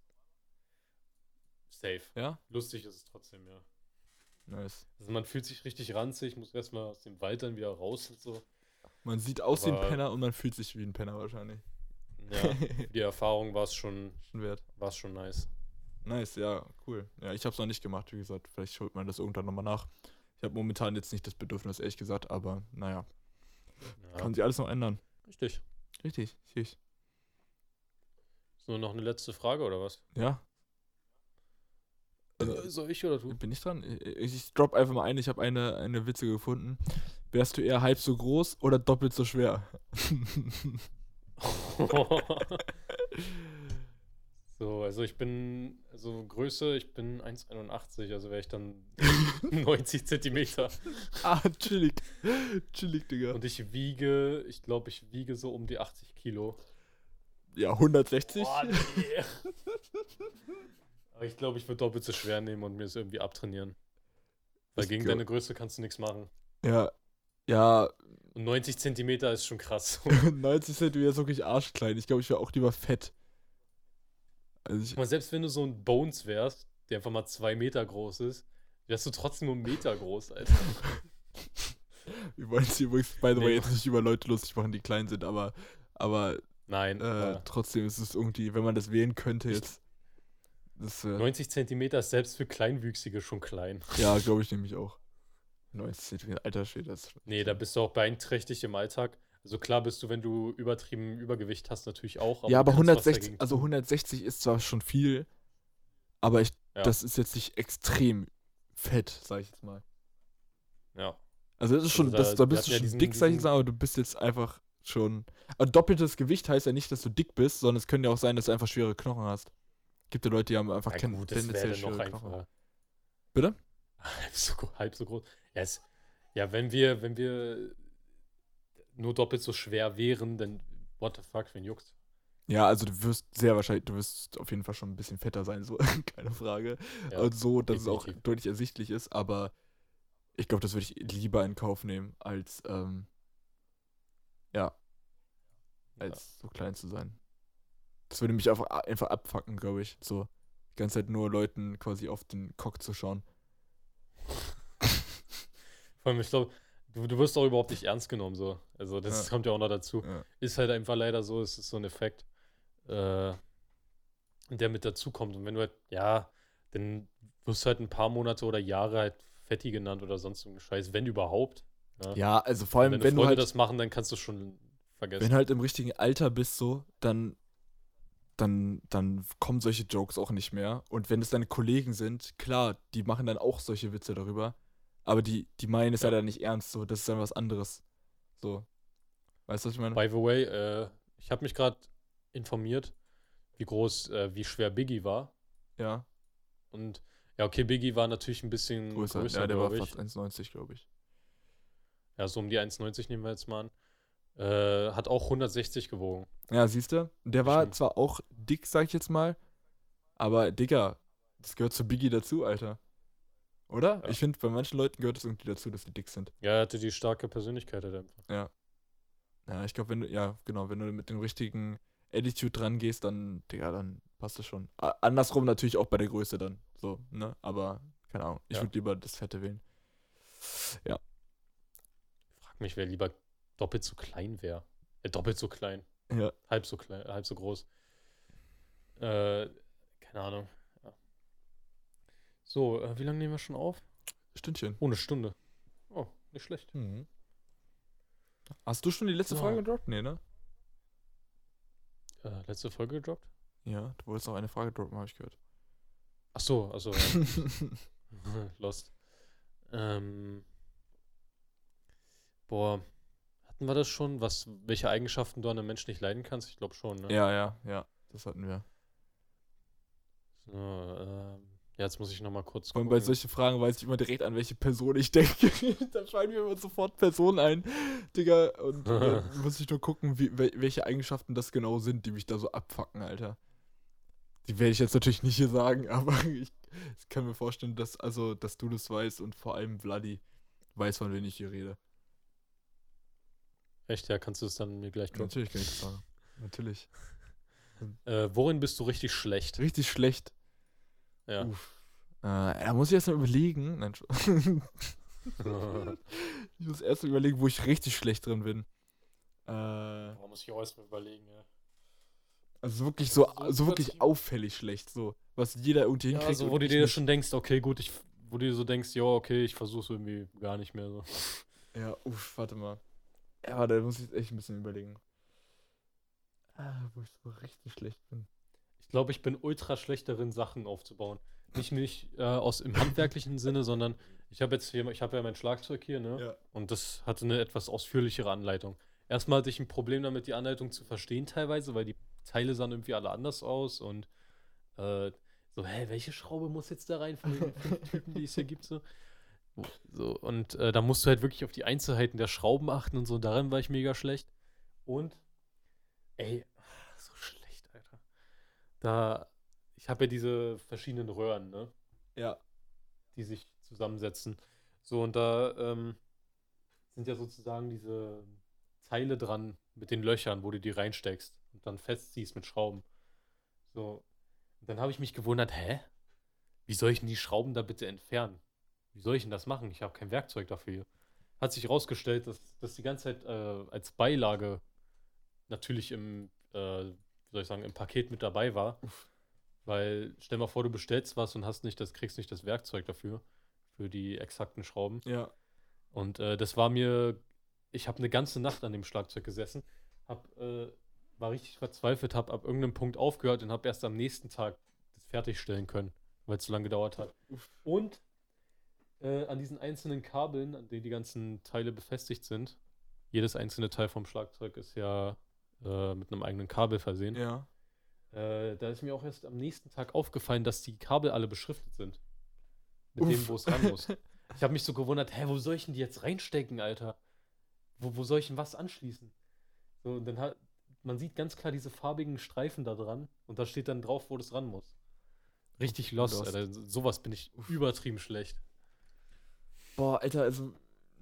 safe. Ja? Lustig ist es trotzdem, ja. Nice. Also man fühlt sich richtig ranzig, muss erstmal aus dem Wald dann wieder raus und so. Man sieht aus wie ein Aber- Penner und man fühlt sich wie ein Penner wahrscheinlich. Ja, für die Erfahrung war es schon, Schon wert. war's schon nice. Nice, ja, cool. Ja, ich hab's noch nicht gemacht, wie gesagt. Vielleicht holt man das irgendwann nochmal nach. Ich habe momentan jetzt nicht das Bedürfnis, ehrlich gesagt, aber naja, Ja, kann sich alles noch ändern. richtig. Richtig, richtig. Ist nur noch eine letzte Frage oder was? Ja. Also, Äh, Soll ich oder du? bin ich dran? Ich, ich drop einfach mal ein, ich habe eine, eine witzige gefunden. Wärst du eher halb so groß oder doppelt so schwer? So, also ich bin, also Größe, ich bin eins Komma einundachtzig, also wäre ich dann neunzig Zentimeter. Ah, chillig. Chillig, Digga. Und ich wiege, ich glaube, ich wiege so um die achtzig Kilo. Ja, hundertsechzig? Boah, nee. Aber ich glaube, ich würde doppelt so schwer nehmen und mir es irgendwie abtrainieren. Weil Ich gegen glaub- deine Größe kannst du nichts machen. Ja. Ja, Und neunzig Zentimeter ist schon krass. neunzig Zentimeter ist wirklich arschklein. Ich glaube, ich wäre auch lieber fett. Also ich, Guck mal, selbst wenn du so ein Bones wärst, der einfach mal zwei Meter groß ist, wärst du trotzdem nur einen Meter groß, Alter. wir wollen es übrigens, by the way, Nee. jetzt nicht über Leute lustig machen, die klein sind, aber, aber Nein, äh, aber trotzdem ist es irgendwie, wenn man das wählen könnte Ich- jetzt, das, äh, neunzig Zentimeter ist selbst für Kleinwüchsige schon klein. ja, glaube ich nämlich auch. neunzig Zentimeter, alter Schwede. Das Nee, da bist du auch beeinträchtigt im Alltag. Also klar bist du, wenn du übertrieben Übergewicht hast, natürlich auch. ja, aber du kannst was hundertsechzig, dagegen also tun. hundertsechzig ist zwar schon viel, aber ich, Ja. das ist jetzt nicht extrem fett, sag ich jetzt mal. Ja. Also das ist schon, Also das, da, da wir bist hatten du ja schon diesen, dick, sag ich diesen, jetzt mal, aber du bist jetzt einfach schon. Aber doppeltes Gewicht heißt ja nicht, dass du dick bist, sondern es könnte ja auch sein, dass du einfach schwere Knochen hast. Gibt ja Leute, die haben einfach na ten- gut, das wäre tendenziell dann noch schwere Knochen. einfacher. Bitte? Halb so, gro- halb so groß. Ja, es, ja, wenn wir, wenn wir nur doppelt so schwer wären, dann what the fuck, wen juckt's? Ja, also du wirst sehr wahrscheinlich, du wirst auf jeden Fall schon ein bisschen fetter sein, so, keine Frage. Ja, Und so, dass es auch definitiv. deutlich ersichtlich ist, aber ich glaube, das würde ich lieber in Kauf nehmen, als, ähm, ja, Ja. als so klein zu sein. Das würde mich einfach, einfach abfacken, glaube ich. So, die ganze Zeit nur Leuten quasi auf den Cock zu schauen. Vor allem, ich glaube, du, du wirst auch überhaupt nicht ernst genommen, so. Also, das Ja. kommt ja auch noch dazu. Ja. Ist halt einfach leider so, es ist so ein Effekt, äh, der mit dazukommt. Und wenn du halt, ja, dann wirst du halt ein paar Monate oder Jahre halt Fetti genannt oder sonst irgendein Scheiß, wenn überhaupt. Ja. Ja, also vor Und allem, wenn, wenn du du Freunde halt, das machen, dann kannst du schon vergessen. wenn du halt im richtigen Alter bist, so, dann, dann, dann kommen solche Jokes auch nicht mehr. Und wenn es deine Kollegen sind, klar, die machen dann auch solche Witze darüber. Aber die, die meinen es Ja. ja dann nicht ernst, so, das ist dann was anderes. So. Weißt du, was ich meine? By the way, äh, ich habe mich gerade informiert, wie groß, äh, wie schwer Biggie war. Ja, Und ja, okay, Biggie war natürlich ein bisschen größer. größer, Ja, der war glaube ich. fast eins neunzig, glaube ich. Ja, so um die eins neunzig nehmen wir jetzt mal an. Äh, hat auch hundertsechzig gewogen. Ja, siehst du? Der war Schon. zwar auch dick, sag ich jetzt mal, aber Digga, das gehört zu Biggie dazu, Alter. Oder? Ja. Ich finde, bei manchen Leuten gehört es irgendwie dazu, dass die dick sind. Ja, er hatte die starke Persönlichkeit halt einfach. Ja. Ja, ich glaube, wenn du, ja, genau, wenn du mit dem richtigen Attitude dran gehst, dann, Digga, dann passt das schon. A andersrum natürlich auch bei der Größe dann. So, ne? Aber, keine Ahnung. Ich Ja. würde lieber das Fette wählen. Ja. Frag mich, wer lieber doppelt so klein wäre. Äh, doppelt so klein. Ja. Halb so klein, halb so groß. Äh, keine Ahnung. Ja. So, äh, wie lange nehmen wir schon auf? Stündchen. Oh, eine Stunde. Oh, nicht schlecht. Mhm. Hast du schon die letzte So. Frage gedroppt? Nee, ne? Äh, letzte Folge gedroppt? Ja, du wolltest noch eine Frage droppen, habe ich gehört. Ach so, also ja. Lost. Ähm, boah, hatten wir das schon? Was, welche Eigenschaften du an einem Menschen nicht leiden kannst? Ich glaube schon, ne? Ja, ja, ja, das hatten wir. So, ähm, ja, jetzt muss ich nochmal kurz Vor allem bei gucken. solchen Fragen weiß ich immer direkt, an welche Person ich denke. Da fallen mir immer sofort Personen ein, Digga. Und dann muss ich nur gucken, wie, wel- welche Eigenschaften das genau sind, die mich da so abfacken, Alter. Die werde ich jetzt natürlich nicht hier sagen, aber ich, ich kann mir vorstellen, dass, also, dass du das weißt und vor allem Vladi weiß, von wem ich hier rede. Echt, ja, kannst du es dann mir gleich droppen? Natürlich kann ich das sagen. Natürlich. Äh, worin bist du richtig schlecht? Richtig schlecht. Ja. Uff. Äh, da muss ich erst mal überlegen. Nein, Spaß. Ich muss erst mal überlegen, wo ich richtig schlecht drin bin. Äh, Da muss ich auch erstmal überlegen, ja. also wirklich so, So so wirklich übertrieben. auffällig schlecht, so. Was jeder irgendwie Ja, hinkriegt. so, und wo du ich dir nicht. schon denkst, okay, gut, ich, wo du dir so denkst, ja, okay, ich versuch's irgendwie gar nicht mehr so. Ja, uff, warte mal. Ja, da muss ich jetzt echt ein bisschen überlegen. Ah, wo ich so richtig schlecht bin. Ich glaube, ich bin ultra schlecht darin, Sachen aufzubauen. Nicht, nicht äh, aus im handwerklichen Sinne, sondern ich habe jetzt hier, ich habe ja mein Schlagzeug hier, ne? Ja. Und das hatte eine etwas ausführlichere Anleitung. Erstmal hatte ich ein Problem damit, die Anleitung zu verstehen teilweise, weil die Teile sahen irgendwie alle anders aus und äh, so, hä, welche Schraube muss jetzt da rein von den fünf Typen, die es hier gibt, so. So, und äh, da musst du halt wirklich auf die Einzelheiten der Schrauben achten und so, darin war ich mega schlecht. Und, ey, so schlecht, Alter. Da, ich habe ja diese verschiedenen Röhren, ne? Ja. Die sich zusammensetzen. So, und da ähm, sind ja sozusagen diese Teile dran mit den Löchern, wo du die reinsteckst und dann festziehst mit Schrauben. So, und dann habe ich mich gewundert, hä? Wie soll ich denn die Schrauben da bitte entfernen? Wie soll ich denn das machen? Ich habe kein Werkzeug dafür. Hat sich herausgestellt, dass das die ganze Zeit äh, als Beilage natürlich im, äh, wie soll ich sagen, im Paket mit dabei war. Weil, stell mal vor, du bestellst was und hast nicht das, kriegst nicht das Werkzeug dafür, für die exakten Schrauben. Ja. Und äh, das war mir, ich habe eine ganze Nacht an dem Schlagzeug gesessen, hab, äh, war richtig verzweifelt, habe ab irgendeinem Punkt aufgehört und habe erst am nächsten Tag das fertigstellen können, weil es so lange gedauert hat. Und äh, an diesen einzelnen Kabeln, an denen die ganzen Teile befestigt sind, jedes einzelne Teil vom Schlagzeug ist ja äh, mit einem eigenen Kabel versehen. Ja. Äh, da ist mir auch erst am nächsten Tag aufgefallen, dass die Kabel alle beschriftet sind. Mit Uff. dem, wo es ran muss. Ich habe mich so gewundert, hä, wo soll ich denn die jetzt reinstecken, Alter? Wo, wo soll ich denn was anschließen? So, und dann hat, man sieht ganz klar diese farbigen Streifen da dran und da steht dann drauf, wo das ran muss. Richtig lost, Lost. Alter. So- Sowas bin ich übertrieben schlecht. Boah, Alter, also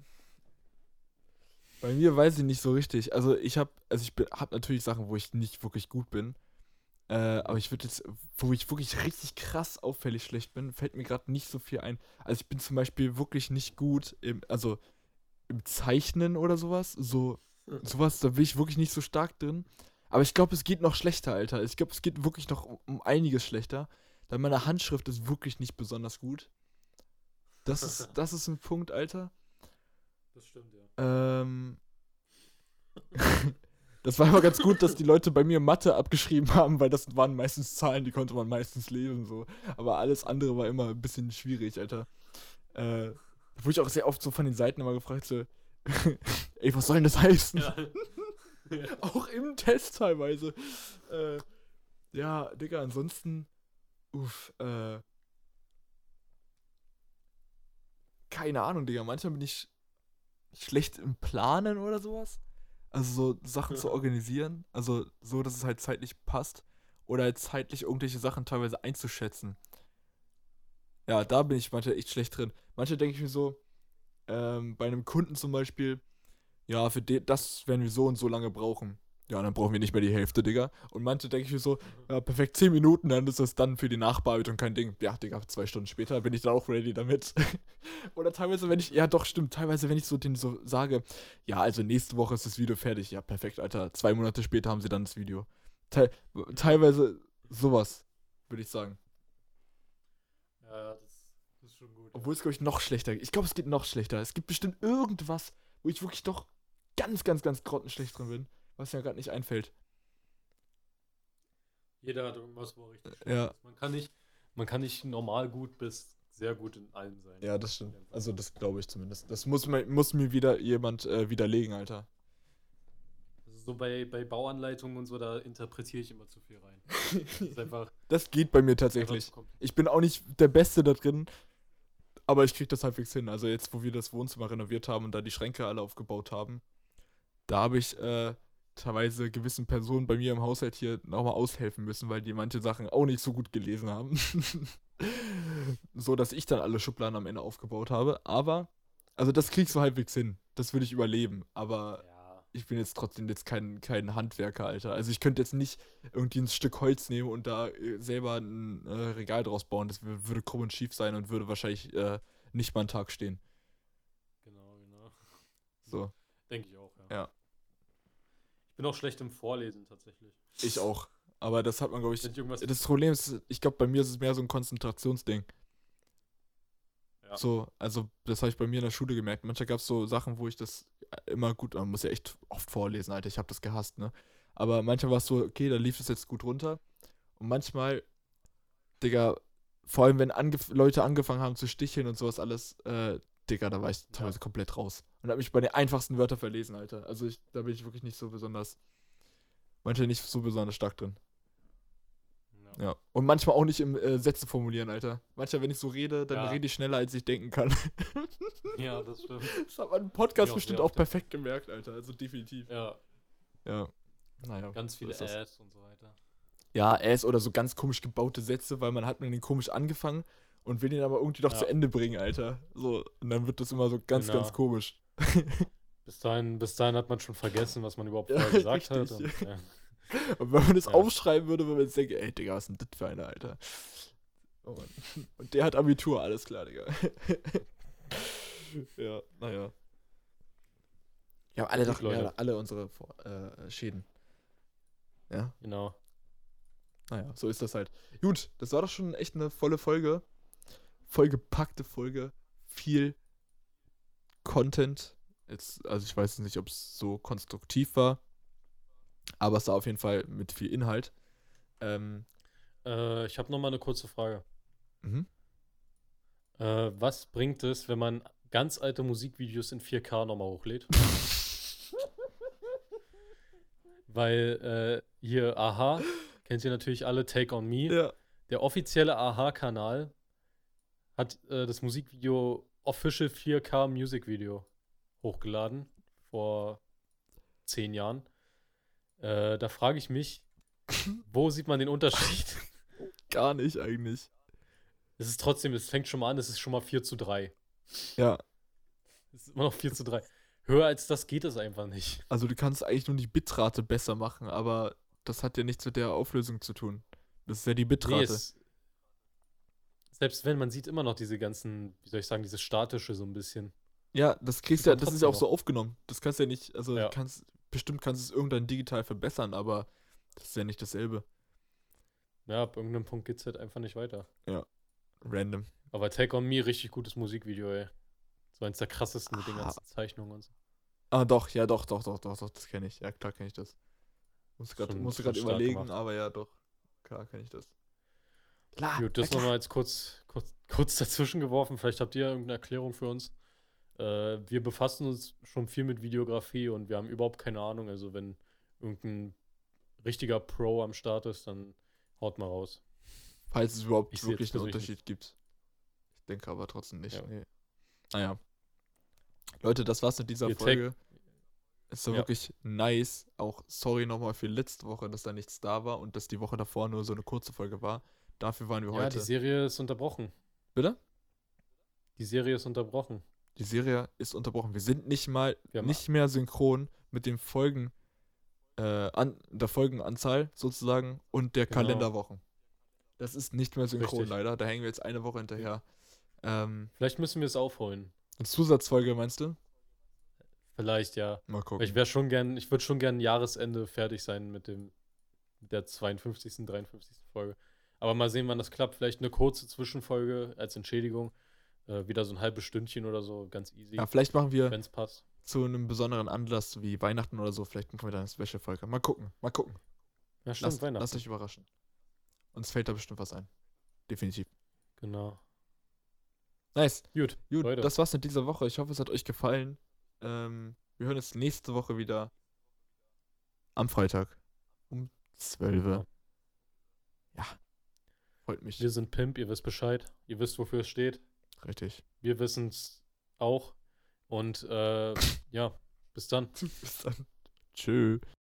bei mir weiß ich nicht so richtig. Also ich habe, also ich bin, hab natürlich Sachen, wo ich nicht wirklich gut bin. Äh, aber ich würde jetzt, wo ich wirklich richtig krass auffällig schlecht bin, fällt mir gerade nicht so viel ein. Also ich bin zum Beispiel wirklich nicht gut im, also im Zeichnen oder sowas. So, sowas, da bin ich wirklich nicht so stark drin. Aber ich glaube, es geht noch schlechter, Alter. Ich glaube, es geht wirklich noch um, um einiges schlechter. Denn meine Handschrift ist wirklich nicht besonders gut. Das ist, das ist ein Punkt, Alter. Das stimmt, ja. Ähm, das war immer ganz gut, dass die Leute bei mir Mathe abgeschrieben haben, weil das waren meistens Zahlen, die konnte man meistens lesen, so. Aber alles andere war immer ein bisschen schwierig, Alter. Äh, wurde ich auch sehr oft so von den Seiten immer gefragt, so, ey, was soll denn das heißen? Ja. Auch im Test teilweise. Äh, ja, Digga, ansonsten, uff, äh, keine Ahnung, Digga, manchmal bin ich schlecht im Planen oder sowas. Also so Sachen zu organisieren. Also so, dass es halt zeitlich passt. Oder halt zeitlich irgendwelche Sachen teilweise einzuschätzen. Ja, da bin ich manchmal echt schlecht drin. Manchmal denke ich mir so, ähm, bei einem Kunden zum Beispiel, ja, für de- das werden wir so und so lange brauchen. Ja, dann brauchen wir nicht mehr die Hälfte, Digga. Und manche denke ich mir so, ja, perfekt, zehn Minuten, dann ist das dann für die Nachbearbeitung kein Ding. Ja, Digga, zwei Stunden später bin ich dann auch ready damit. Oder teilweise, wenn ich, ja doch, stimmt, teilweise, wenn ich so den so sage, ja, also nächste Woche ist das Video fertig. Ja, perfekt, Alter. Zwei Monate später haben sie dann das Video. Te teilweise sowas, würde ich sagen. Ja, das, das ist schon gut. Obwohl es, glaube ich, noch schlechter geht. Ich glaube, es geht noch schlechter. Es gibt bestimmt irgendwas, wo ich wirklich doch ganz, ganz, ganz grottenschlecht drin bin, was mir gerade nicht einfällt. Jeder hat irgendwas, wo er richtig schlecht Ja. ist. Man kann nicht, man kann nicht normal gut bis sehr gut in allem sein. Ja, das stimmt. Also das glaube ich zumindest. Das muss, mir- muss mir wieder jemand äh, widerlegen, Alter. Also so bei, bei Bauanleitungen und so, da interpretiere ich immer zu viel rein. Das ist einfach, Das geht bei mir einfach tatsächlich. zu kompliziert. Ich bin auch nicht der Beste da drin, aber ich krieg das halbwegs hin. Also jetzt, wo wir das Wohnzimmer renoviert haben und da die Schränke alle aufgebaut haben, da habe ich äh, teilweise gewissen Personen bei mir im Haushalt hier nochmal aushelfen müssen, weil die manche Sachen auch nicht so gut gelesen haben. So, dass ich dann alle Schubladen am Ende aufgebaut habe. Aber, also das kriegst du halbwegs hin. Das würde ich überleben. Aber Ja, ich bin jetzt trotzdem jetzt kein, kein Handwerker, Alter. Also ich könnte jetzt nicht irgendwie ein Stück Holz nehmen und da äh, selber ein äh, Regal draus bauen. Das wür- würde krumm und schief sein und würde wahrscheinlich äh, nicht mal einen Tag stehen. genau, genau. So, Denke ich auch, ja. ja. Ich bin auch schlecht im Vorlesen tatsächlich. Ich auch. Aber das hat man, glaube ich. Wenn ich irgendwas. Das Problem ist, ich glaube, bei mir ist es mehr so ein Konzentrationsding. Ja. So, also das habe ich bei mir in der Schule gemerkt. Manchmal gab es so Sachen, wo ich das immer gut, man muss ja echt oft vorlesen, Alter, ich habe das gehasst, ne? Aber manchmal war es so, okay, da lief es jetzt gut runter. Und manchmal, Digga, vor allem wenn angef Leute angefangen haben zu sticheln und sowas alles, äh, Digga, da war ich teilweise komplett raus. Und habe mich bei den einfachsten Wörtern verlesen, Alter. Also ich, da bin ich wirklich nicht so besonders, manchmal nicht so besonders stark drin. Ja. Ja. Und manchmal auch nicht im äh, Sätze formulieren, Alter. Manchmal, wenn ich so rede, dann Ja. rede ich schneller, als ich denken kann. Ja, das stimmt. Das hat man im Podcast Ja, bestimmt sehr auch oft, ja. perfekt gemerkt, Alter. Also definitiv. Ja, Ja. Naja. ganz viele so ist das. Ads und so weiter. Ja, Äs oder so ganz komisch gebaute Sätze, weil man hat mit denen komisch angefangen und will den aber irgendwie doch Ja. zu Ende bringen, Alter. So, und dann wird das immer so ganz, Genau. ganz komisch. Bis dahin, bis dahin hat man schon vergessen, was man überhaupt Ja, vorher gesagt hat. richtig. Und, ja. Und wenn man das Ja. aufschreiben würde, würde man jetzt denken, ey, Digga, was ist denn das für einer, Alter? Oh Mann. Und der hat Abitur, alles klar, Digga. Ja, naja. Ja, alle, Gut, doch, Leute. ja, alle unsere Vor- äh, Schäden. Ja, Genau. naja, so ist das halt. Gut, das war doch schon echt eine volle Folge. Vollgepackte Folge. Viel Content. Jetzt, also ich weiß nicht, ob es so konstruktiv war. Aber es war auf jeden Fall mit viel Inhalt. Ähm, Äh, ich habe noch mal eine kurze Frage. mhm. Äh, was bringt es, wenn man ganz alte Musikvideos in vier K nochmal hochlädt? Weil äh, hier Aha, kennt ihr natürlich alle, Take on Me. Ja. Der offizielle Aha-Kanal hat äh, das Musikvideo Official vier K Music Video hochgeladen vor zehn Jahren. Äh, da frage ich mich, wo sieht man den Unterschied? Gar nicht eigentlich. Es ist trotzdem, es fängt schon mal an, es ist schon mal vier zu drei. Ja. Es ist immer noch vier zu drei. Höher als das geht es einfach nicht. Also du kannst eigentlich nur die Bitrate besser machen, aber das hat ja nichts mit der Auflösung zu tun. Das ist ja die Nee, Bitrate. es, selbst wenn, man sieht immer noch diese ganzen, wie soll ich sagen, dieses Statische so ein bisschen. Ja, das kriegst Sieht ja, man das ist ja auch trotzdem so noch. aufgenommen. Das kannst ja nicht, also Ja. du kannst, bestimmt kannst du es irgendwann digital verbessern, aber das ist ja nicht dasselbe. Ja, ab irgendeinem Punkt geht's halt einfach nicht weiter. Random. Aber Take on Me, richtig gutes Musikvideo, ey. Das war eins der krassesten mit den Ah. ganzen Zeichnungen und so. Ah, doch, ja, doch, doch, doch, doch, doch, das kenne ich. Ja, klar kenne ich das. Musste gerade Schon- musste schon gerade stark überlegen, gemacht. aber ja, doch. Klar kenne ich das. Klar, Gut, das na klar. nochmal jetzt kurz, kurz, kurz dazwischen geworfen. Vielleicht habt ihr irgendeine Erklärung für uns. Äh, wir befassen uns schon viel mit Videografie und wir haben überhaupt keine Ahnung. Also wenn irgendein richtiger Pro am Start ist, dann haut mal raus. Falls es überhaupt Ich seh jetzt wirklich einen persönlich Unterschied gibt. Ich denke aber trotzdem nicht. Ja. Nee. Naja. Leute, das war's mit dieser Ihr take- Folge. Es war Ja. wirklich nice. Auch sorry nochmal für letzte Woche, dass da nichts da war und dass die Woche davor nur so eine kurze Folge war. Dafür waren wir Ja, heute. die Serie ist unterbrochen. Bitte? Die Serie ist unterbrochen. Die Serie ist unterbrochen. Wir sind nicht mal Wir haben- nicht mehr synchron mit den Folgen, äh, an, der Folgenanzahl sozusagen und der Genau. Kalenderwochen. Das ist nicht mehr synchron Richtig. leider. Da hängen wir jetzt eine Woche hinterher. Ähm, Vielleicht müssen wir es aufholen. eine Zusatzfolge meinst du? Vielleicht, ja. Mal gucken. Weil Ich wäre schon gern, ich würde schon gern Jahresende fertig sein mit dem mit der zweiundfünfzigsten, dreiundfünfzigsten Folge. Aber mal sehen, wann das klappt. Vielleicht eine kurze Zwischenfolge als Entschädigung. Äh, wieder so ein halbes Stündchen oder so, ganz easy, Ja, vielleicht machen wir wenn es passt. zu einem besonderen Anlass wie Weihnachten oder so, vielleicht machen wir dann eine Special-Folge. Mal gucken, mal gucken. Ja, stimmt, Lasst, Weihnachten. lasst euch überraschen. Uns fällt da bestimmt was ein. Definitiv. Genau. Nice. Gut, Gut, Leute. das war's mit dieser Woche. Ich hoffe, es hat euch gefallen. Ähm, wir hören uns nächste Woche wieder am Freitag um zwölf. Genau. Ja. Freut mich. Wir sind Pimp, ihr wisst Bescheid. Ihr wisst, wofür es steht. Richtig. Wir wissen es auch. Und äh, ja, bis dann. Bis dann. Tschö.